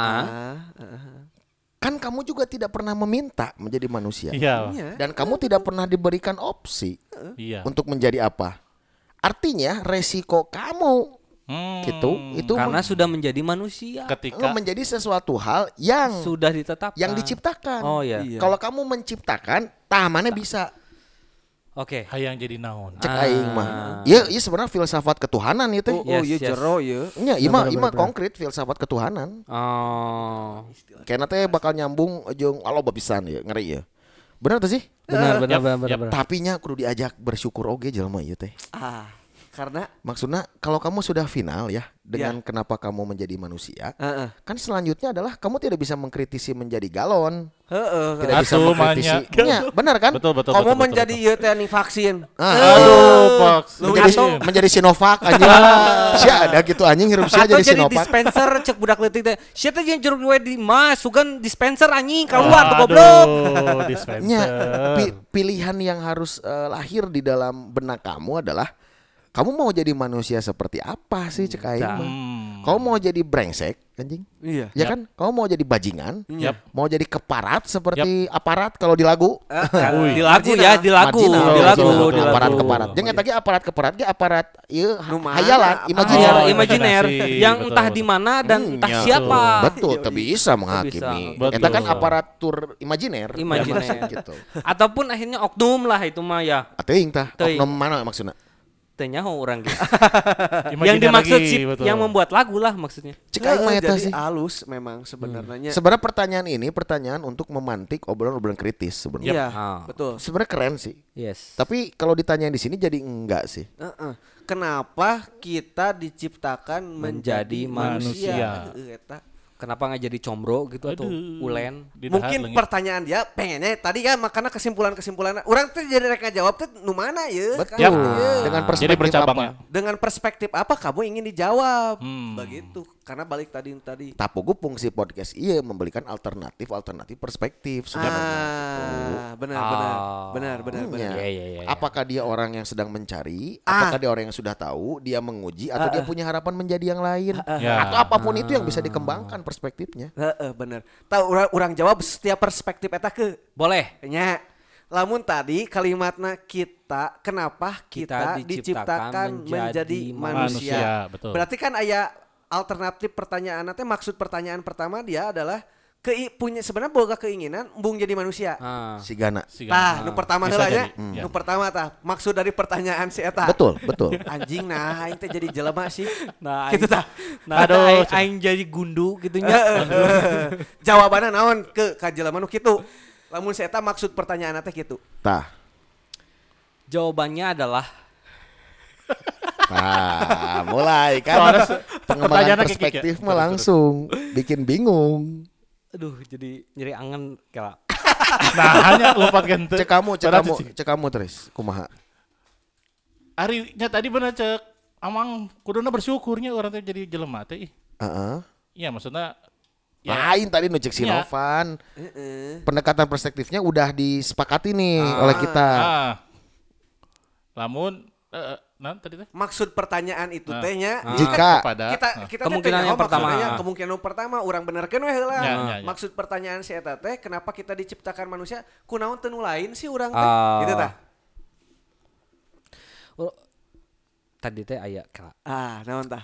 S3: kan kamu juga tidak pernah meminta menjadi manusia.
S1: Iya.
S3: Dan kamu tidak pernah diberikan opsi
S1: Iya.
S3: untuk menjadi apa. Artinya resiko kamu gitu itu
S4: Karena sudah menjadi manusia.
S1: ketika
S3: menjadi sesuatu hal yang
S4: Sudah ditetapkan.
S3: diciptakan.
S4: Oh iya.
S3: Kalau kamu menciptakan, tamannya bisa
S4: Oke.
S1: hayang jadi naon.
S3: cek aing mah. Iya, sebenarnya filsafat ketuhanan itu.
S2: Oh
S4: Yes,
S2: iya
S4: yes.
S2: jero ya.
S3: Nya, ima konkret filsafat ketuhanan.
S4: Oh.
S3: Kayaknya teh bakal nyambung jeung Allah babisan ya, ngeri ya. Bener tuh sih?
S4: Benar
S1: Yap, yap.
S4: benar.
S3: Tapi nya kudu diajak bersyukur oge jelema ieu teh.
S2: Karena
S3: Maksudnya kalau kamu sudah final ya dengan kenapa kamu menjadi manusia,
S2: heeh.
S3: kan selanjutnya adalah kamu tidak bisa mengkritisi menjadi galon.
S2: Heeh.
S3: Tidak bisa
S1: Atuh,
S3: mengkritisi.
S1: manya.
S3: Nya, benar kan?
S1: Betul betul.
S2: Kamu
S1: betul,
S2: menjadi
S1: betul,
S2: ieu teh anu vaksin.
S1: Aduh, Fox.
S3: Menjadi Sinovac anjing. Sia ada gitu anjing hirup sia
S4: Atau
S3: jadi
S4: jadi
S3: Sinovac.
S4: dispenser cek budak leutik teh. Sia teh jeung jeruk we di mas, sugan dispenser anjing keluar tuh
S1: Aduh,
S4: goblok.
S1: dispenser.
S3: Nya, pilihan yang harus lahir di dalam benak kamu adalah kamu mau jadi manusia seperti apa sih cek aing mah? Kamu mau jadi brengsek anjing?
S2: Iya.
S3: Ya kan? Kamu mau jadi bajingan?
S1: Yap.
S3: Mau jadi keparat seperti aparat kalau di lagu?
S4: Di lagu ya, di lagu,
S3: Marginal,
S4: di lagu,
S3: betul,
S4: di lagu.
S3: aparat keparat. Jangan tadi aparat keparat ge aparat ieu
S2: Nu mana?
S3: hayalan,
S4: Iya,
S3: imajiner.
S4: imajiner
S1: Imajinasi,
S4: yang
S1: betul,
S4: entah
S1: betul.
S4: di mana dan entah
S3: Ya,
S4: siapa.
S3: Betul, tapi bisa menghakimi.
S1: Betul.
S3: Eta kan aparatur imajiner.
S4: Imajiner.
S3: gitu.
S4: Ataupun akhirnya oknum lah itu mah ya.
S3: Teuing tah,
S4: Teuing.
S3: oknum mana maksudna?
S4: Teu nyaho urang gitu.
S1: Imajiner
S4: Yang dimaksud
S1: lagi,
S4: si
S1: betul.
S4: yang membuat lagu lah maksudnya.
S3: Cek aing mah eta
S2: Jadi
S3: sih.
S2: halus memang sebenarnya.
S3: Sebenarnya pertanyaan ini pertanyaan untuk memantik obrolan-obrolan kritis sebenarnya.
S2: Iya,
S4: Ah.
S2: betul.
S3: Sebenarnya keren sih.
S4: Yes.
S3: Tapi kalau ditanyain di sini jadi enggak sih.
S2: Kenapa kita diciptakan menjadi manusia? Eta.
S4: Kenapa nggak jadi combro gitu atau
S1: Aduh.
S4: ulen?
S1: Didahar
S2: Mungkin
S1: leungit.
S2: pertanyaan dia pengennya tadi kan makanya kesimpulan-kesimpulan orang tuh jadi rek ngajawab tuh nu mana ya?
S3: Betul.
S2: Kan?
S3: Dengan
S1: Jadi
S3: perspektif
S1: bercabang
S3: apa?
S1: ya.
S2: Dengan perspektif apa kamu ingin dijawab?
S1: Hmm.
S2: Begitu. Karena balik tadi.
S3: Tapugu fungsi podcast iya memberikan alternatif perspektif sebenarnya.
S2: Benar.
S3: Ya.
S4: Iya.
S3: Apakah dia orang yang sedang mencari, apakah dia orang yang sudah tahu, dia menguji atau dia punya harapan menjadi yang lain,
S1: Ya.
S3: atau apapun itu yang bisa dikembangkan perspektifnya.
S2: Bener. Tahu orang jawab setiap perspektif eta ke
S4: Boleh.
S2: nya. Lamun tadi kalimatna kenapa kita
S4: Kita
S2: diciptakan
S4: diciptakan
S2: menjadi
S4: menjadi
S2: manusia.
S1: manusia, betul.
S2: Berarti kan aya alternatif pertanyaan teh maksud pertanyaan pertama dia adalah punya sebenarnya boga keinginan embung jadi manusia.
S3: Sigana.
S2: Tah, nu pertama
S1: Bisa
S2: heula nya.
S1: jadi.
S2: Nu pertama tah, maksud dari pertanyaan si eta.
S3: Betul.
S2: Anjing nah aing teh jadi jelema sih.
S4: Nah,
S2: Gitu tah.
S4: Nah,
S1: Aduh,
S4: aing jadi gundu gitu nya.
S2: Jawabannya naon ke jelema nu kitu. Lamun si eta maksud pertanyaan teh kitu.
S3: Tah.
S4: Jawabannya adalah
S3: Mulai kan pengembangan
S1: pertanyaannya kayak
S3: perspektif
S1: gitu.
S3: mah langsung bikin bingung.
S4: aduh jadi nyeri angen kela.
S1: Nah, hanya lupa gente.
S3: Cek kamu terus kumaha.
S1: Ari nya tadi bener cek amang kuduna bersyukurnya orang teh jadi jelema teh.
S3: Heeh.
S1: Iya, maksudnya
S3: Lain tadi nu cek si
S1: Iya.
S3: Novan. Pendekatan perspektifnya udah disepakati nih oleh kita.
S1: lamun Nah, tadi teh.
S2: Maksud pertanyaan itu tehnya
S3: Jika
S1: Kepada
S2: kita
S4: Kemungkinan
S2: teh
S4: yang pertama.
S2: kemungkinan pertama urang benerkeun we heula.
S1: Ya.
S2: Maksud pertanyaan si eta teh kenapa kita diciptakan manusia kunaon teu nu lain sih urang teh gitu tah.
S4: Tadi teh aya
S2: Naon tah?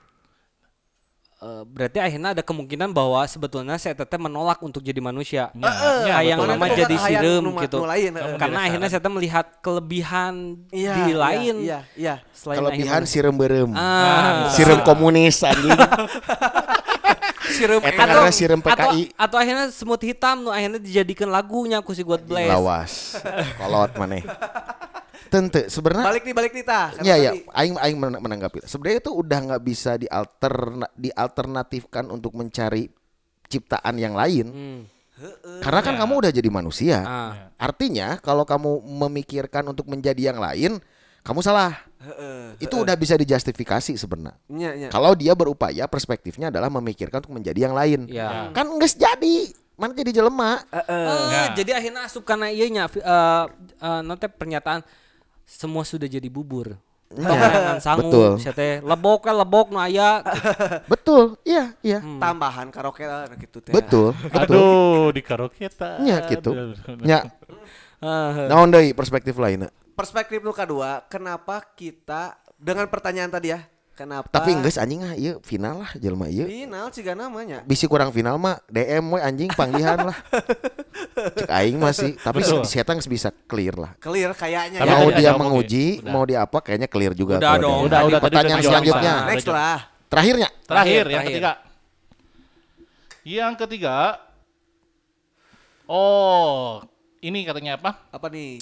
S4: berarti akhirnya ada kemungkinan bahwa sebetulnya saya teteh menolak untuk jadi manusia.
S1: Ya,
S4: Yang
S1: betul.
S4: nama
S2: Mana
S4: jadi
S2: hayang
S4: sireum
S2: nu
S4: gitu.
S2: lain,
S4: Karena akhirnya saya melihat kelebihan diri lain.
S2: Iya.
S4: Selain
S3: Kelebihan
S4: akhirnya-
S3: sireum beureum.
S4: Ah.
S3: Sireum komunis anjing.
S2: Sireum
S3: Eta karena sireum PKI.
S4: Atau akhirnya semut hitam nu akhirnya dijadikan lagunya ku si God Bless.
S3: Lawas. Kolot maneh. Tentu sebenarnya
S2: balik nih tah. Kata
S3: ya
S2: tadi.
S3: aing menanggapi. Sebenarnya itu udah nggak bisa dialternatifkan untuk mencari ciptaan yang lain. Karena kan kamu udah jadi manusia. Artinya kalau kamu memikirkan untuk menjadi yang lain, kamu salah. Itu udah bisa dijustifikasi sebenarnya.
S2: Nya.
S3: Kalau dia berupaya perspektifnya adalah memikirkan untuk menjadi yang lain.
S4: Ya.
S3: Kan nggak jadi. Mana jadi jelema?
S4: Jadi akhirnya asup karena ieu nya nanti pernyataan semua sudah jadi bubur. Jangan sanggup,
S3: betul.
S4: sia teh lebok nu aya.
S3: Betul. Iya.
S2: Tambahan karaoke lah gitu teh.
S3: Betul.
S1: Aduh, di karaoke ta.
S3: Ya gitu. Ya. Naon deui perspektif lainnya.
S2: Perspektif nu kedua, kenapa kita dengan pertanyaan tadi ya? Kenapa?
S3: Tapi geus anjing ieu final lah jelema ieu.
S2: Final ciga namanya.
S3: Bisi kurang final mah DM we anjing panggihan lah. Cek aing masih, tapi
S1: Betul.
S3: si eta geus bisa clear lah.
S2: Clear kayaknya
S1: Tapi
S2: ya.
S3: Mau
S1: tadi
S3: dia
S1: ada
S3: menguji,
S1: ngomongin.
S3: mau dia apa kayaknya clear juga.
S4: Udah
S3: kalau
S4: dong.
S3: dia.
S1: Udah tadi
S3: Pertanyaan
S1: udah
S3: selanjutnya.
S1: jawab.
S2: Next lah.
S3: Terakhirnya.
S1: Terakhir yang
S4: Terakhir.
S1: ketiga. Yang ketiga. Oh, ini katanya apa?
S2: Apa nih?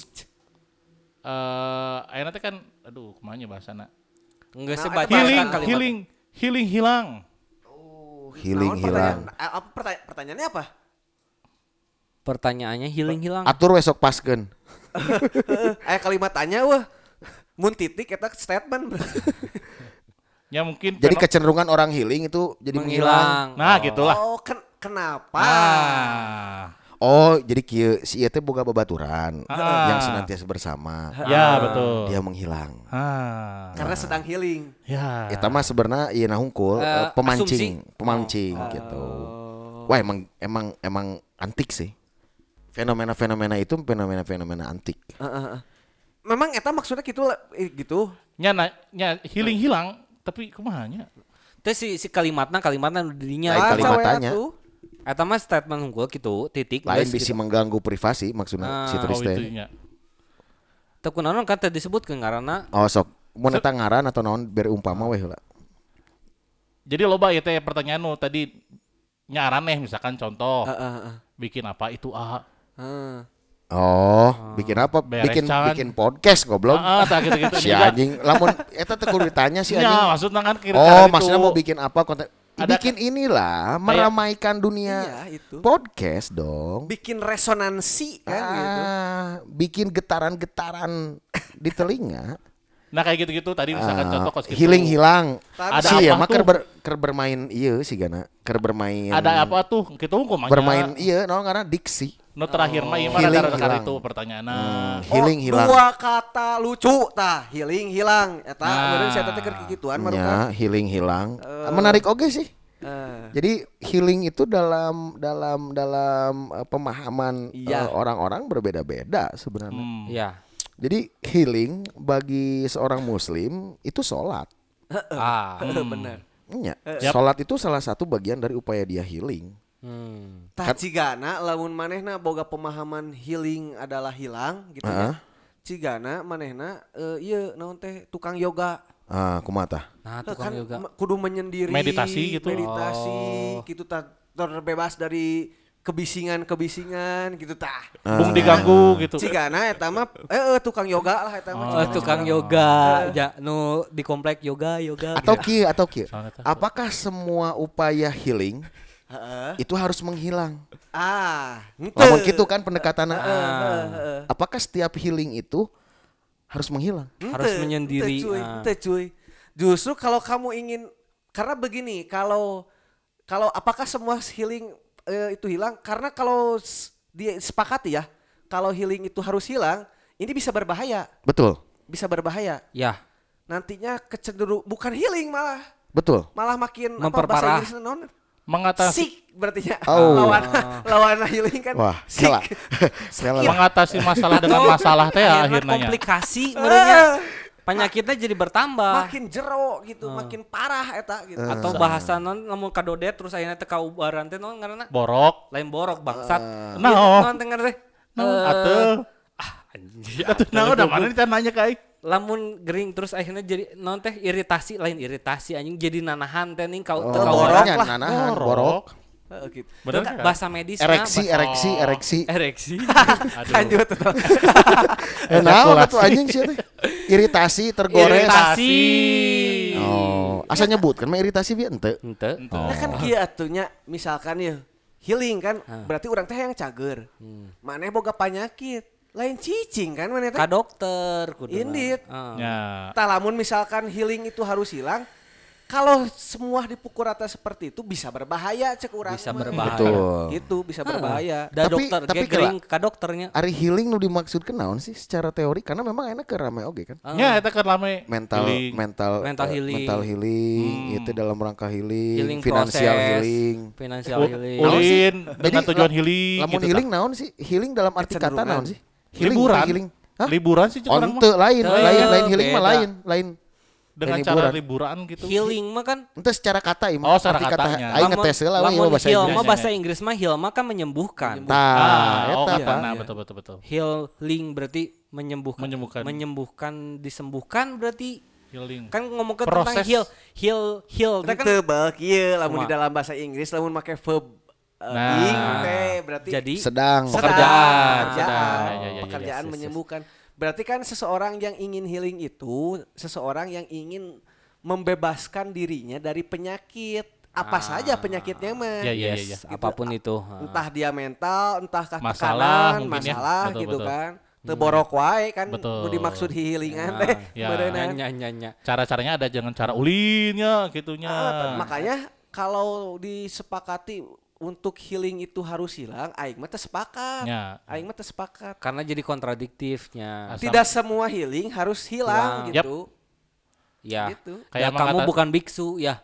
S1: Ayeuna teh kan aduh kumanya bahasana.
S4: Enggak sih
S2: Nah,
S4: baca
S1: Healing
S4: kalimat.
S1: hilang.
S3: Healing
S2: Naon
S3: hilang.
S2: Pertanyaannya apa?
S4: Pertanyaannya hilang.
S3: Atur besok paskeun.
S2: Kalimat tanya wah. Mun titik eta statement.
S1: Ya mungkin
S3: Jadi kecenderungan orang healing itu jadi menghilang.
S1: Nah, gitulah.
S2: Oh, kenapa?
S1: Nah.
S3: Oh, jadi kieu si ieu teh boga babaturan
S1: Ah.
S3: yang senantiasa bersama.
S1: Ya, betul.
S3: Dia menghilang.
S2: Karena sedang healing.
S1: Ya.
S3: Eta mah sebenarnya ieu nah hungkul pemancing gitu. Wah, emang antik sih. Fenomena-fenomena itu fenomena-fenomena antik.
S2: Memang eta maksudnya gitu.
S1: Nya healing hilang tapi kumaha nya?
S4: Teh si kalimatna nu dirinya.
S3: Lain kalimat tanya.
S4: Eta mah statement unggul gitu, titik.
S3: Lain
S4: geus
S3: bisa
S4: gitu.
S3: mengganggu privasi maksudnya si turis
S1: Oh itu
S3: teh.
S1: nya.
S4: Teu kunaon kan teh disebutkeun ngaranna
S3: Oh, sok mun eta ngaran atau naon beri umpama we heula.
S1: Jadi loba ieu teh pertanyaan nu tadi nyaraneh misalkan contoh bikin apa itu
S3: Oh, bikin apa?
S1: Beres,
S3: Bikin
S1: Can.
S3: bikin podcast goblok.
S1: tak gitu-gitu
S3: Si anjing, lamun eta teh kudu ditanya si
S1: Ya,
S3: anjing.
S1: maksudnya kan
S3: Oh, maksudnya mau bikin apa konten?
S1: Ada
S3: Bikin inilah meramaikan dunia
S2: Iya, itu.
S3: podcast dong.
S2: Bikin resonansi kan gitu.
S3: Bikin getaran-getaran di telinga.
S1: Nah kayak gitu-gitu tadi misalkan contoh kos gitu.
S3: Healing hilang.
S1: Ada
S3: Si ya
S1: apa
S3: mah
S1: tuh?
S3: keur bermain ieu sih gana. Keur bermain.
S1: Ada apa tuh? Gitu kumaha?
S3: Bermain iya naon ngaranna diksi.
S1: No terakhir mah ieu mah
S3: Healing
S1: rada
S3: hilang.
S1: itu pertanyaanna.
S3: Healing hilang.
S2: Dua kata lucu tah, healing hilang. Eta
S1: Nah.
S2: meureun saya teh keur kikituan mah
S3: Ya, healing hilang. Menarik oge sih. Jadi healing itu dalam pemahaman
S2: Iya.
S3: orang-orang berbeda-beda sebenarnya.
S4: ya.
S3: Jadi healing bagi seorang muslim itu sholat.
S2: bener.
S3: Ya,
S1: Yap.
S3: sholat itu salah satu bagian dari upaya dia healing.
S2: Tah cigana lamun manehna boga pemahaman healing adalah hilang gitu ya. Cigana manehna ieu naon teh tukang yoga.
S3: Kumaha tah?
S4: Nah,
S2: Kan
S4: tukang yoga.
S2: kudu menyendiri
S1: Meditasi gitu.
S2: meditasi gitu tah terbebas dari kebisingan gitu tah.
S1: Bung diganggu gitu.
S2: Cigana eta mah tukang yoga lah eta mah.
S4: Oh, tukang yoga, ja, nu di komplek yoga.
S3: Atau kieu.
S1: Soalnya tah.
S3: Apakah semua upaya healing itu harus menghilang? Lamun gitu kan pendekatannya. Apakah setiap healing itu harus menghilang?
S4: harus menyendiri.
S2: Ente cuy. Justru kalau kamu ingin karena begini, kalau apakah semua healing itu hilang? Karena kalau disepakati ya, kalau healing itu harus hilang, ini bisa berbahaya.
S3: Betul.
S2: bisa berbahaya.
S4: Ya.
S2: Nantinya bukan healing
S3: Betul.
S2: malah makin
S4: Memperparah.
S2: bahasa Inggrisnya non
S1: Mengatasi
S2: sick berarti ya.
S3: Oh.
S2: lawan healing kan
S3: Wah,
S2: sick.
S3: salah.
S1: mengatasi masalah dengan masalah teh ya akhirnya.
S4: komplikasi merenya penyakitnya jadi bertambah.
S2: Makin jero gitu, makin parah eta gitu.
S4: Atau bahasa non lamun kadodet terus akhirnya teh kaubaran teh non ngaranna
S1: Borok.
S4: lain borok bangsat.
S1: Naon?
S4: Non teh ngaranna teh.
S1: Atuh.
S4: Anjir.
S1: Atuh naon da mana ditanya nanya ka aing?
S4: Lamun gering terus akhirnya jadi non teh iritasi lain iritasi anjing jadi nanahan teh ning kau teu
S3: borok
S4: borok
S3: lah.
S4: lah.
S3: Nanahan, borok.
S2: Gitu.
S1: Bener kan?
S4: Bahasa medisnya
S3: Ereksi.
S4: ereksi.
S2: Lanjut.
S3: Naon atuh anjing sih teh? Iritasi, tergores.
S4: Iritasi.
S3: Oh, asa nyebut kan mah iritasi bieu henteu.
S4: Henteu.
S2: Nah kan kieu atunya misalkan ya healing kan berarti orang teh yang cager. Maneh boga penyakit. Lain cicing kan maneh teh.
S4: Ka dokter kudu.
S2: Indeed.
S1: Ya.
S2: Tah lamun misalkan healing itu harus hilang, kalau semua dipukul rata seperti itu bisa berbahaya cek urang.
S4: Bisa
S2: mah.
S4: berbahaya.
S3: Betul.
S2: Gitu bisa berbahaya.
S4: Da dokter
S3: tapi
S4: gering ka dokternya.
S3: Ari healing nu dimaksudkeun naon sih secara teori karena memang enak ke rame oge kan.
S1: Ya eta keur rame
S3: Mental
S4: Mental healing.
S3: mental healing itu dalam rangka healing,
S4: Healing
S3: finansial
S4: proses,
S3: healing.
S4: Financial healing.
S1: Ulin dengan
S3: Jadi,
S1: tujuan healing
S3: Lamun
S1: gitu,
S3: healing naon sih? Healing dalam arti kata
S2: Kecenderungan.
S3: naon sih? Healing
S1: Liburan.
S3: bukan healing. Hah?
S1: Liburan sih cek
S3: Oh,
S1: urang mah.
S3: ente lain healing mah
S4: beda.
S3: lain.
S1: Dengan
S3: lain
S1: cara
S3: liburan.
S1: liburan gitu.
S4: Healing mah kan
S3: Ente secara kata ieu
S1: Oh, secara
S3: arti kata
S1: katanya.
S3: aing ngetes heula we ieu bahasa
S4: heal
S3: Inggris.
S4: mah bahasa Inggris mah heal mah kan menyembuhkan.
S3: Tah,
S1: Oh,
S3: eta
S1: iya.
S3: Pak.
S1: Nah, betul.
S4: Healing berarti menyembuhkan.
S1: Menyembuhkan.
S4: Menyembuhkan, disembuhkan berarti
S1: Healing.
S4: kan ngomong tentang
S1: Proses.
S4: heal teh kan
S2: Teu beuk ieu lamun
S4: Kumaha?
S2: di dalam bahasa Inggris lamun make verb
S1: Nah.
S2: being teh berarti
S4: jadi
S3: Sedang.
S1: Pekerjaan.
S2: pekerjaan,
S1: Ya.
S2: pekerjaan
S4: Yes.
S2: menyembuhkan. Berarti kan seseorang yang ingin healing itu seseorang yang ingin membebaskan dirinya dari penyakit. Apa saja penyakitnya mah.
S1: Ya, ya.
S4: yes, apapun itu.
S2: Entah dia mental, entah
S1: Masalah
S2: tekanan,
S1: mungkin ya.
S2: masalah
S1: Betul,
S2: gitu
S1: betul.
S2: kan. Teu borok wae kan
S1: Betul.
S2: nu dimaksud healingan teh.
S1: ya.
S2: Beuneunan.
S4: Nya.
S1: Cara-caranya ada jangan cara ulinnya gitunya.
S2: Makanya kalau disepakati untuk healing itu harus hilang, aing mah teh sepakat.
S1: Ya.
S2: Aing mah teh sepakat.
S4: Karena jadi kontradiktifnya.
S1: Asal-
S2: Tidak semua healing harus hilang
S4: Hilang.
S2: gitu.
S4: Ya.
S2: Gitu.
S1: Kayak
S4: Ya, kamu
S1: mengata-
S4: bukan biksu ya.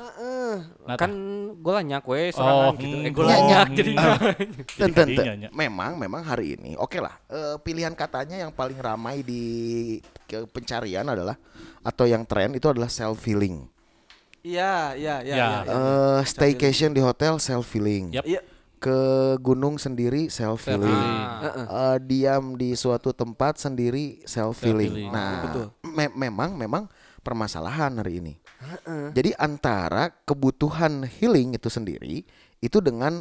S1: Nah,
S4: Kan gue lanyak we sorangan gitu. Gue
S3: Nya,
S4: lanyak jadi
S3: Tentu.
S1: kadinya, nya.
S3: Memang hari ini oke lah. Pilihan katanya yang paling ramai di pencarian adalah atau yang tren itu adalah self healing.
S2: Iya.
S1: Ya.
S3: Staycation di hotel self healing.
S1: Yap.
S2: Iya.
S3: Ke gunung sendiri self healing. Diam di suatu tempat sendiri self healing.
S1: Self-healing.
S3: Nah,
S2: Betul.
S3: memang permasalahan hari ini. Jadi antara kebutuhan healing itu sendiri itu dengan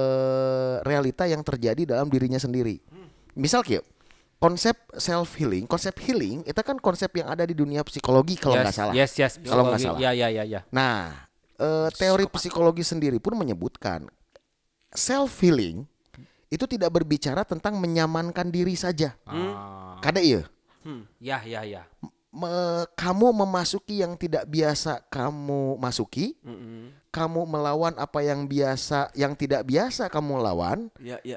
S3: realita yang terjadi dalam dirinya sendiri. Misal kayak konsep self healing, konsep healing itu kan konsep yang ada di dunia psikologi kalau nggak salah.
S4: Yes.
S3: Kalau nggak salah.
S4: Ya.
S3: Nah, teori psikologi sendiri pun menyebutkan self healing itu tidak berbicara tentang menyamankan diri saja. Kada iya.
S4: Ya.
S3: Kamu memasuki yang tidak biasa kamu masuki, kamu melawan apa yang tidak biasa kamu lawan.
S2: Iya.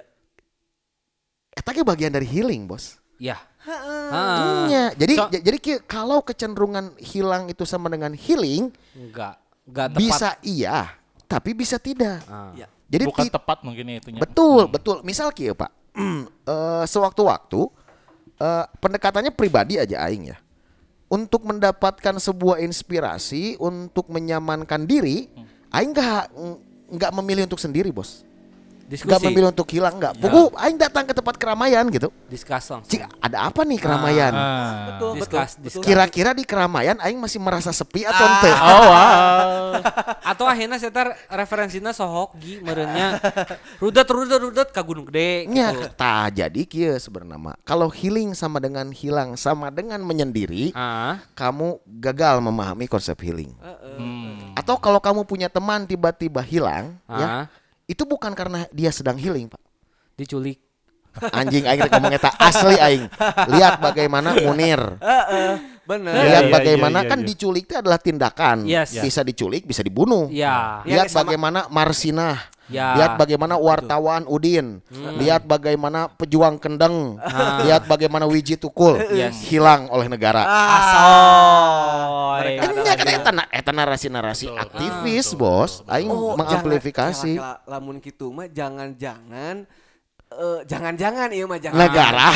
S3: Eta ge bagian dari healing, Bos.
S4: Ya.
S3: Iya. Jadi
S4: So-
S3: jadi kalau kecenderungan hilang itu sama dengan healing,
S4: Enggak tepat.
S3: bisa iya, tapi bisa tidak.
S2: Iya.
S3: Jadi
S1: Bukan tepat mungkin ya itunya.
S3: betul. Misal kieu, Pak. Sewaktu-waktu pendekatannya pribadi aja aing ya. Untuk mendapatkan sebuah inspirasi untuk menyamankan diri, aing enggak memilih untuk sendiri, Bos. Enggak
S4: Diskusi.
S3: memilih untuk hilang, enggak. Pokok aing datang ke tempat keramaian gitu.
S4: Discuss langsung.
S3: Cik, ada apa nih keramaian?
S2: Betul.
S4: Discuss.
S3: Kira-kira di keramaian aing masih merasa sepi atau ente?
S1: Oh, wow.
S4: Atau akhirnya saya referensinya sohoki merenya rudet ka gunung gede
S3: Nya,
S4: gitu.
S3: tah jadi kieu sebenarnya mah. Kalau healing sama dengan hilang sama dengan menyendiri, kamu gagal memahami konsep healing. Atau kalau kamu punya teman tiba-tiba hilang, ya, itu bukan karena dia sedang healing, Pak.
S4: Diculik.
S3: Anjing aing rek ngomong eta asli aing. Lihat bagaimana Munir.
S2: Bener.
S3: Lihat
S1: Iya,
S3: bagaimana
S1: iya,
S3: kan
S1: iya.
S3: diculik itu adalah tindakan.
S4: Yes.
S3: Bisa diculik, bisa dibunuh.
S4: Ya.
S2: Iya,
S3: Lihat
S2: sama-
S3: bagaimana Marsinah
S4: Ya.
S3: lihat bagaimana wartawan Udin, lihat bagaimana pejuang Kendeng, lihat bagaimana Wiji Tukul hilang oleh negara.
S4: Asoy.
S3: Enya kan eta narasi-narasi aktivis, Bos. Aing mengamplifikasi
S2: lamun kitu mah jangan-jangan ieu mah jangan.
S3: negara.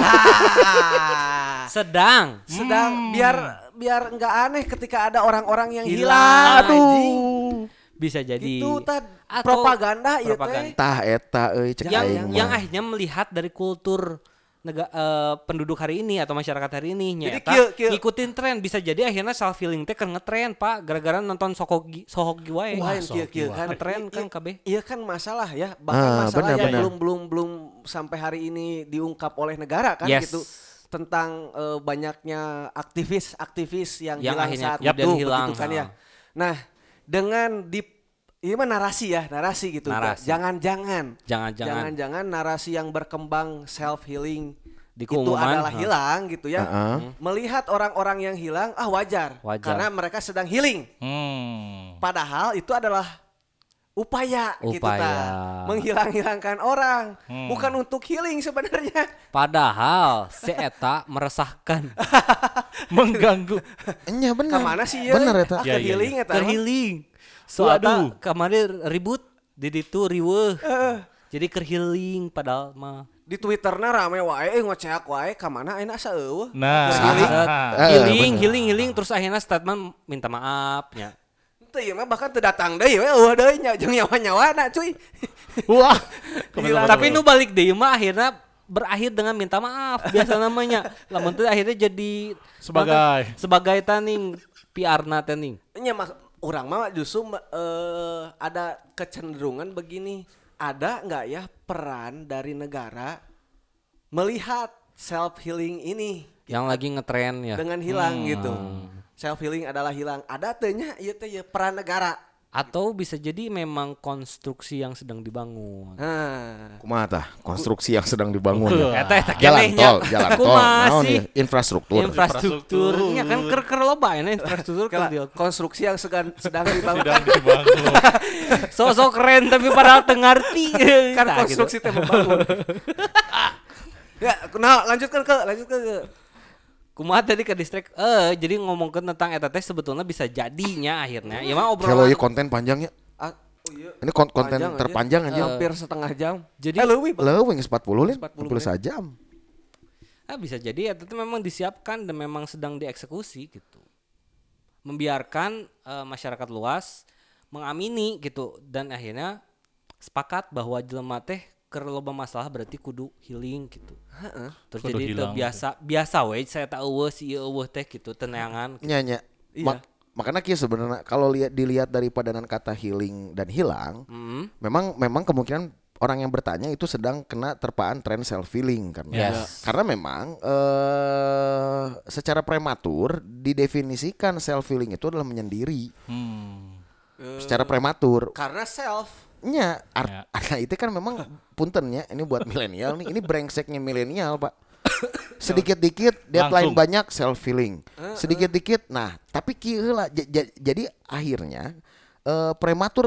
S4: Sedang
S2: biar enggak aneh ketika ada orang-orang yang hilang.
S3: Aduh.
S4: bisa jadi
S2: Itu
S4: Atau
S2: propaganda ieu teh.
S3: Tah eta euy cek aing
S4: yang
S3: mah.
S4: akhirnya melihat dari kultur penduduk hari ini atau masyarakat hari ini
S2: Jadi
S4: nyata
S2: kieu.
S4: ngikutin tren, bisa jadi akhirnya self healing teh kan ngetren Pak gara-gara nonton sohogi wae.
S2: Wah,
S1: sok
S2: kieu
S1: gila.
S2: kan
S4: Ngetren kan
S2: Iya-
S4: KB.
S2: Iya kan masalah ya, bahkan masalah yang
S3: benar.
S2: belum sampai hari ini diungkap oleh negara kan
S4: Yes.
S2: gitu tentang banyaknya aktivis yang hilang
S4: akhirnya
S2: saat
S4: kemudian
S2: itu
S4: hilang,
S2: begitu kan ya.
S4: ha.
S2: Nah, dengan ini mah narasi gitu.
S4: Narasi.
S2: Jangan-jangan narasi yang berkembang self healing
S4: Di
S2: itu
S4: keumuman,
S2: adalah hilang gitu ya. Melihat orang-orang yang hilang wajar karena mereka sedang healing. Padahal itu adalah upaya gitu ta. Menghilangkan orang, bukan untuk healing sebenarnya.
S4: Padahal si eta meresahkan.
S1: Mengganggu.
S3: Enya bener.
S2: Kemana sih ya?
S3: Bener eta.
S1: Ya, ya,
S2: Healing eta. mah.
S4: Kerhealing.
S1: Waduh.
S4: Soalnya kemarin ribut di ditu riweuh. Jadi kerhealing padahal mah
S2: Di Twitterna rame wae ngoceak wae kemana ayeuna saeueuh.
S1: Nah,
S4: healing terus akhirnya statement minta maaf ya.
S2: Teu ieu mah bahkan teu datang deui we eueuh deui jeung nyawa-nyawana cuy.
S1: wah.
S4: Tapi nu balik deui mah akhirnya berakhir dengan minta maaf biasa namanya. Lamun teh akhirnya jadi sebagai taning PR-na taning.
S2: Nya urang mah justru ada kecenderungan begini. Ada nggak ya peran dari negara melihat self healing ini
S4: Yang lagi ngetren ya.
S2: dengan hilang gitu. Self healing adalah hilang. Ada tehnya ieu teh peran negara.
S4: Atau bisa jadi memang konstruksi yang sedang dibangun.
S2: Nah,
S3: Kumaha tah konstruksi yang sedang dibangun.
S4: Eta
S3: Jalan
S4: kenehnya.
S3: tol.
S4: Kumaha
S3: Naon
S4: sih?
S3: ieu? Infrastruktur.
S4: Infrastrukturnya kan ker loba ya infrastruktur
S2: kala
S4: keur
S2: konstruksi yang sedang dibangun.
S1: Sedang dibangun.
S4: sosok keren tapi padahal teu ngarti.
S2: Kan
S4: Nah,
S2: konstruksi
S4: gitu.
S2: teh membangun. Ya, nah lanjutkan ke.
S4: Kumaha tadi ke distrik jadi ngomongkeun tentang eta teh sebetulnya bisa jadinya akhirnya ya mah
S3: Kalau
S4: obrolan
S3: ieu konten panjangnya.
S2: Oh iya.
S3: Ini konten
S2: Panjang aja.
S3: terpanjang anjing.
S2: Hampir setengah jam.
S4: Jadi
S2: leuwih.
S3: Leuwih 40 lin,
S2: 40
S3: 40 sajam.
S4: bisa jadi eta teh memang disiapkan dan memang sedang dieksekusi gitu. Membiarkan masyarakat luas mengamini gitu dan akhirnya sepakat bahwa jelema teh keur loba masalah berarti kudu healing gitu. Terus
S1: Kudu
S4: jadi teu
S1: hilang.
S4: biasa we saya tak eueuh si ieu eueuh teh gitu tenangan. Gitu.
S3: Nya.
S2: Iya.
S3: Makanya kia sebenarnya kalau dilihat dari padanan kata healing dan hilang, memang kemungkinan orang yang bertanya itu sedang kena terpaan tren self healing
S4: Yes.
S3: karena memang secara prematur didefinisikan self healing itu adalah menyendiri secara prematur.
S2: Karena self.
S3: Nya
S1: Ya.
S3: artinya itu kan memang puntennya ini buat milenial nih, ini brengseknya milenial Pak. Sedikit-dikit deadline
S1: Langsung.
S3: banyak self healing, sedikit-dikit. Nah tapi kieu lah jadi akhirnya prematur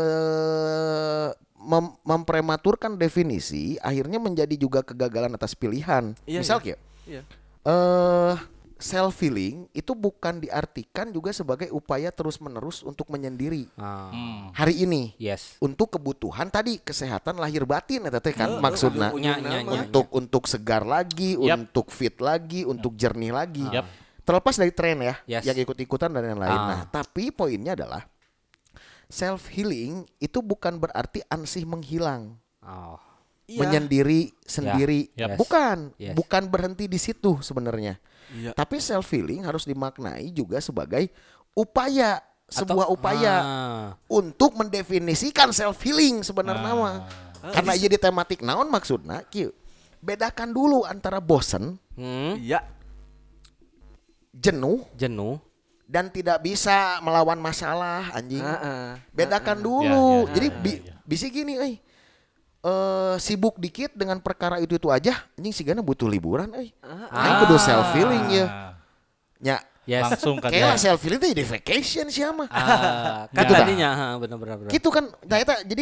S3: memprematurkan definisi akhirnya menjadi juga kegagalan atas pilihan.
S2: Iya,
S3: Misal
S2: iya.
S3: kieu,
S2: Iya.
S3: self healing itu bukan diartikan juga sebagai upaya terus-menerus untuk menyendiri hari ini.
S4: Yes.
S3: Untuk kebutuhan tadi kesehatan lahir batin eta teh kan maksudna
S4: Nya.
S3: untuk segar lagi,
S1: Yap.
S3: untuk fit lagi, untuk jernih lagi.
S1: Yap.
S3: Terlepas dari tren ya,
S4: Yes.
S3: yang ikut-ikutan dan yang lain.
S4: Ah.
S3: Nah, tapi poinnya adalah self healing itu bukan berarti ansih menghilang,
S4: Oh.
S2: Iya.
S3: menyendiri sendiri.
S4: Ya. Yes.
S3: Bukan berhenti di situ sebenarnya.
S2: Iya.
S3: Tapi self healing harus dimaknai juga sebagai upaya, sebuah upaya untuk mendefinisikan self healing sebenarnya mah. Karena jadi tematik naon maksudna kieu. Bedakan dulu antara bosen,
S2: Iya.
S3: jenuh
S4: Jenuh.
S3: dan tidak bisa melawan masalah anjing.
S2: Heeh.
S3: Bedakan dulu.
S1: Ya, ya,
S3: Jadi
S1: ya.
S3: bisa gini sibuk dikit dengan perkara itu aja anjing sigana butuh liburan aing kudu self healing ya. Nya
S4: Yes.
S1: Langsung kan
S3: kayak
S1: ya.
S3: self healing itu jadi vacation sih mah.
S4: Kan
S3: Gitu dah.
S4: tadinya benar-benar.
S3: Gitu kan. Nah, jadi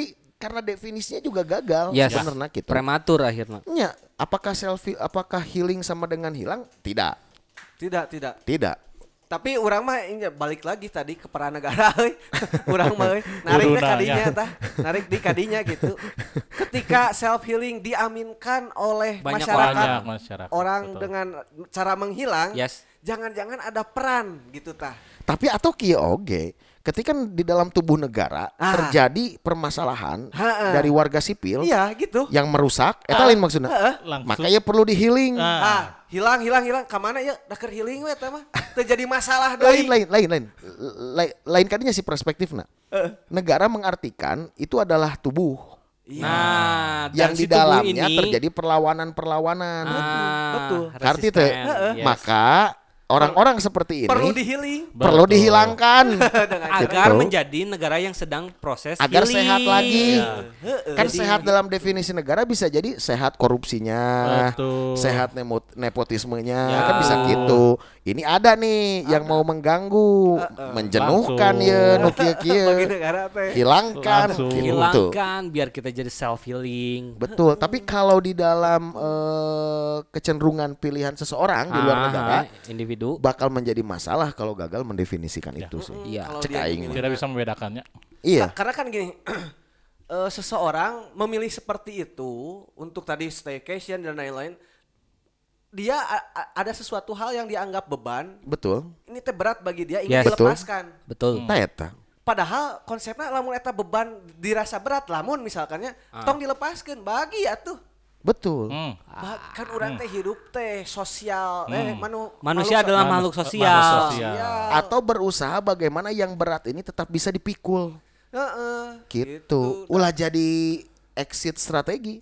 S3: karena definisinya juga gagal
S4: Yes.
S3: sebenarnya gitu.
S4: Prematur akhirnya.
S3: Ya, apakah healing sama dengan hilang? Tidak.
S2: Tidak. Tapi orang mah ini balik lagi tadi ke peran negara euy. Urang mah euy narik
S1: Kuduna,
S2: teh kadinya
S1: ya.
S2: tah, narik di kadinya gitu. Ketika self healing diaminkan oleh
S4: Banyak
S2: masyarakat, orang
S1: betul.
S2: dengan cara menghilang,
S4: Yes.
S2: jangan-jangan ada peran gitu tah.
S3: Tapi atau kieu oge, ketika di dalam tubuh negara terjadi permasalahan dari warga sipil
S2: Iya gitu.
S3: yang merusak, eta lain maksudnya.
S1: Langsung.
S3: Makanya perlu di healing.
S2: Hilang ka mana ya? Da keur healing we teh mah. Teu jadi masalah
S3: Lain
S2: deui.
S3: lain kadinya sih perspektifna. Negara mengartikan itu adalah tubuh
S4: Nah,
S3: yang
S4: dan
S3: di
S4: si tubuh
S3: dalamnya
S4: ini,
S3: terjadi perlawanan-perlawanan.
S2: Betul.
S3: Arti teh,
S4: resisten. Yes.
S3: maka orang-orang seperti ini
S2: Perlu di healing.
S3: perlu
S1: Betul.
S3: dihilangkan
S4: agar
S3: Gitu.
S4: menjadi negara yang sedang proses
S3: agar
S4: healing.
S3: sehat lagi. Kan
S4: Jadi-
S3: sehat dalam definisi negara bisa jadi sehat korupsinya,
S1: Betul.
S3: sehat nepotismenya,
S4: Ya.
S3: kan bisa gitu. Ini ada nih yang mau mengganggu, menjenuhkan
S1: Langsung.
S3: ya nu kieu
S2: Bagi
S3: kieu.
S2: negara teh.
S3: Hilangkan
S1: Langsung.
S3: gitu.
S4: Hilangkan biar kita jadi self healing.
S3: Betul, tapi kalau di dalam kecenderungan pilihan seseorang di luar negara
S4: Individu.
S3: bakal menjadi masalah kalau gagal mendefinisikan itu sih.
S4: Iya.
S2: Kalau
S3: Cek
S2: dia
S3: aing
S2: gini.
S3: mah.
S1: Tidak bisa membedakannya.
S3: Iya.
S2: Karena kan gini, seseorang memilih seperti itu untuk tadi staycation dan lain-lain, dia ada sesuatu hal yang dianggap beban,
S3: Betul.
S2: ini teh berat bagi dia ingin
S4: Yes.
S2: dilepaskan.
S4: Betul.
S3: Nah eta.
S2: Padahal konsepnya lamun eta beban dirasa berat, lamun misalkannya tong dilepaskan bagi atuh.
S3: Betul.
S2: Kan orang teh hidup teh sosial,
S4: Manusia adalah makhluk sosial.
S1: sosial.
S3: Atau berusaha bagaimana yang berat ini tetap bisa dipikul. Gitu. Ulah jadi exit strategi.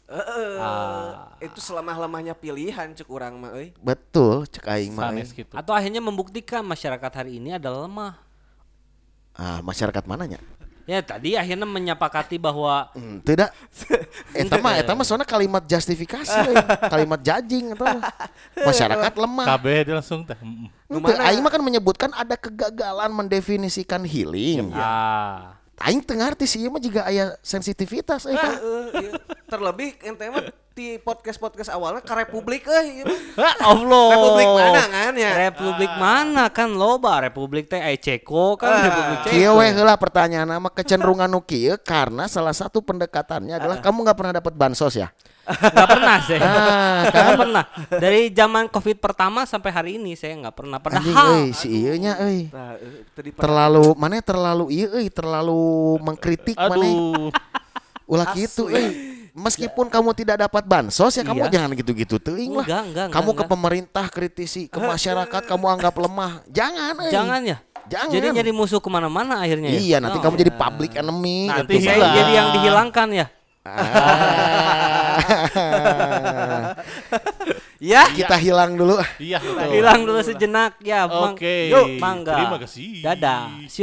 S2: Itu selemah-lemahnya pilihan cek urang mah euy.
S3: Betul, cek aing mah.
S1: Sanes gitu.
S4: Atau akhirnya membuktikan masyarakat hari ini adalah lemah.
S3: Masyarakat mananya?
S4: Ya tadi akhirnya menyepakati bahwa
S3: Tidak. Eta mah soalnya kalimat justifikasi, kalimat judging eta mah. Masyarakat lemah.
S1: KB dia langsung teh.
S3: Henteu, aing mah kan menyebutkan ada kegagalan mendefinisikan healing. Aing teu ngarti sih ieu mah juga aya sensitivitas kan.
S2: Iya. Terlebih ente mah di podcast awalnya ke Republik ieu mah.
S4: Allah.
S2: Republik mana kan ya?
S4: Republik mana kan loba Republik teh aya Ceko kan Republik Ceko.
S3: Kieu we heula pertanyaan mah kecenderungan nu kieu karena salah satu pendekatannya adalah kamu nggak pernah dapat bansos ya.
S4: Nggak pernah saya.
S3: Kan?
S4: Nggak pernah. Dari zaman Covid pertama sampai hari ini saya nggak pernah.
S3: Anjing
S4: Padahal
S3: euy si ieu nya euy.
S2: Nah, tadi
S3: Terlalu ieu euy, terlalu mengkritik maneh.
S1: Aduh.
S3: Ulah kitu euy. Meskipun kamu tidak dapat bansos ya kamu
S4: Iya.
S3: jangan gitu-gitu teuing lah.
S4: Enggak,
S3: Kamu ke
S4: enggak.
S3: pemerintah kritisi, ke masyarakat kamu anggap lemah. Jangan euy.
S4: Jangan ya.
S3: Jangan.
S4: Jadi jadi musuh kemana-mana akhirnya ya.
S3: Iya, nanti kamu jadi public enemy.
S1: Nanti
S3: gitu.
S4: Saya
S1: hilang.
S4: jadi yang dihilangkan ya.
S2: ya.
S3: Kita hilang dulu.
S1: Iya betul.
S4: Hilang dulu sejenak ya.
S1: Oke.
S4: Yuk, mangga.
S1: Terima kasih.
S4: Dadah.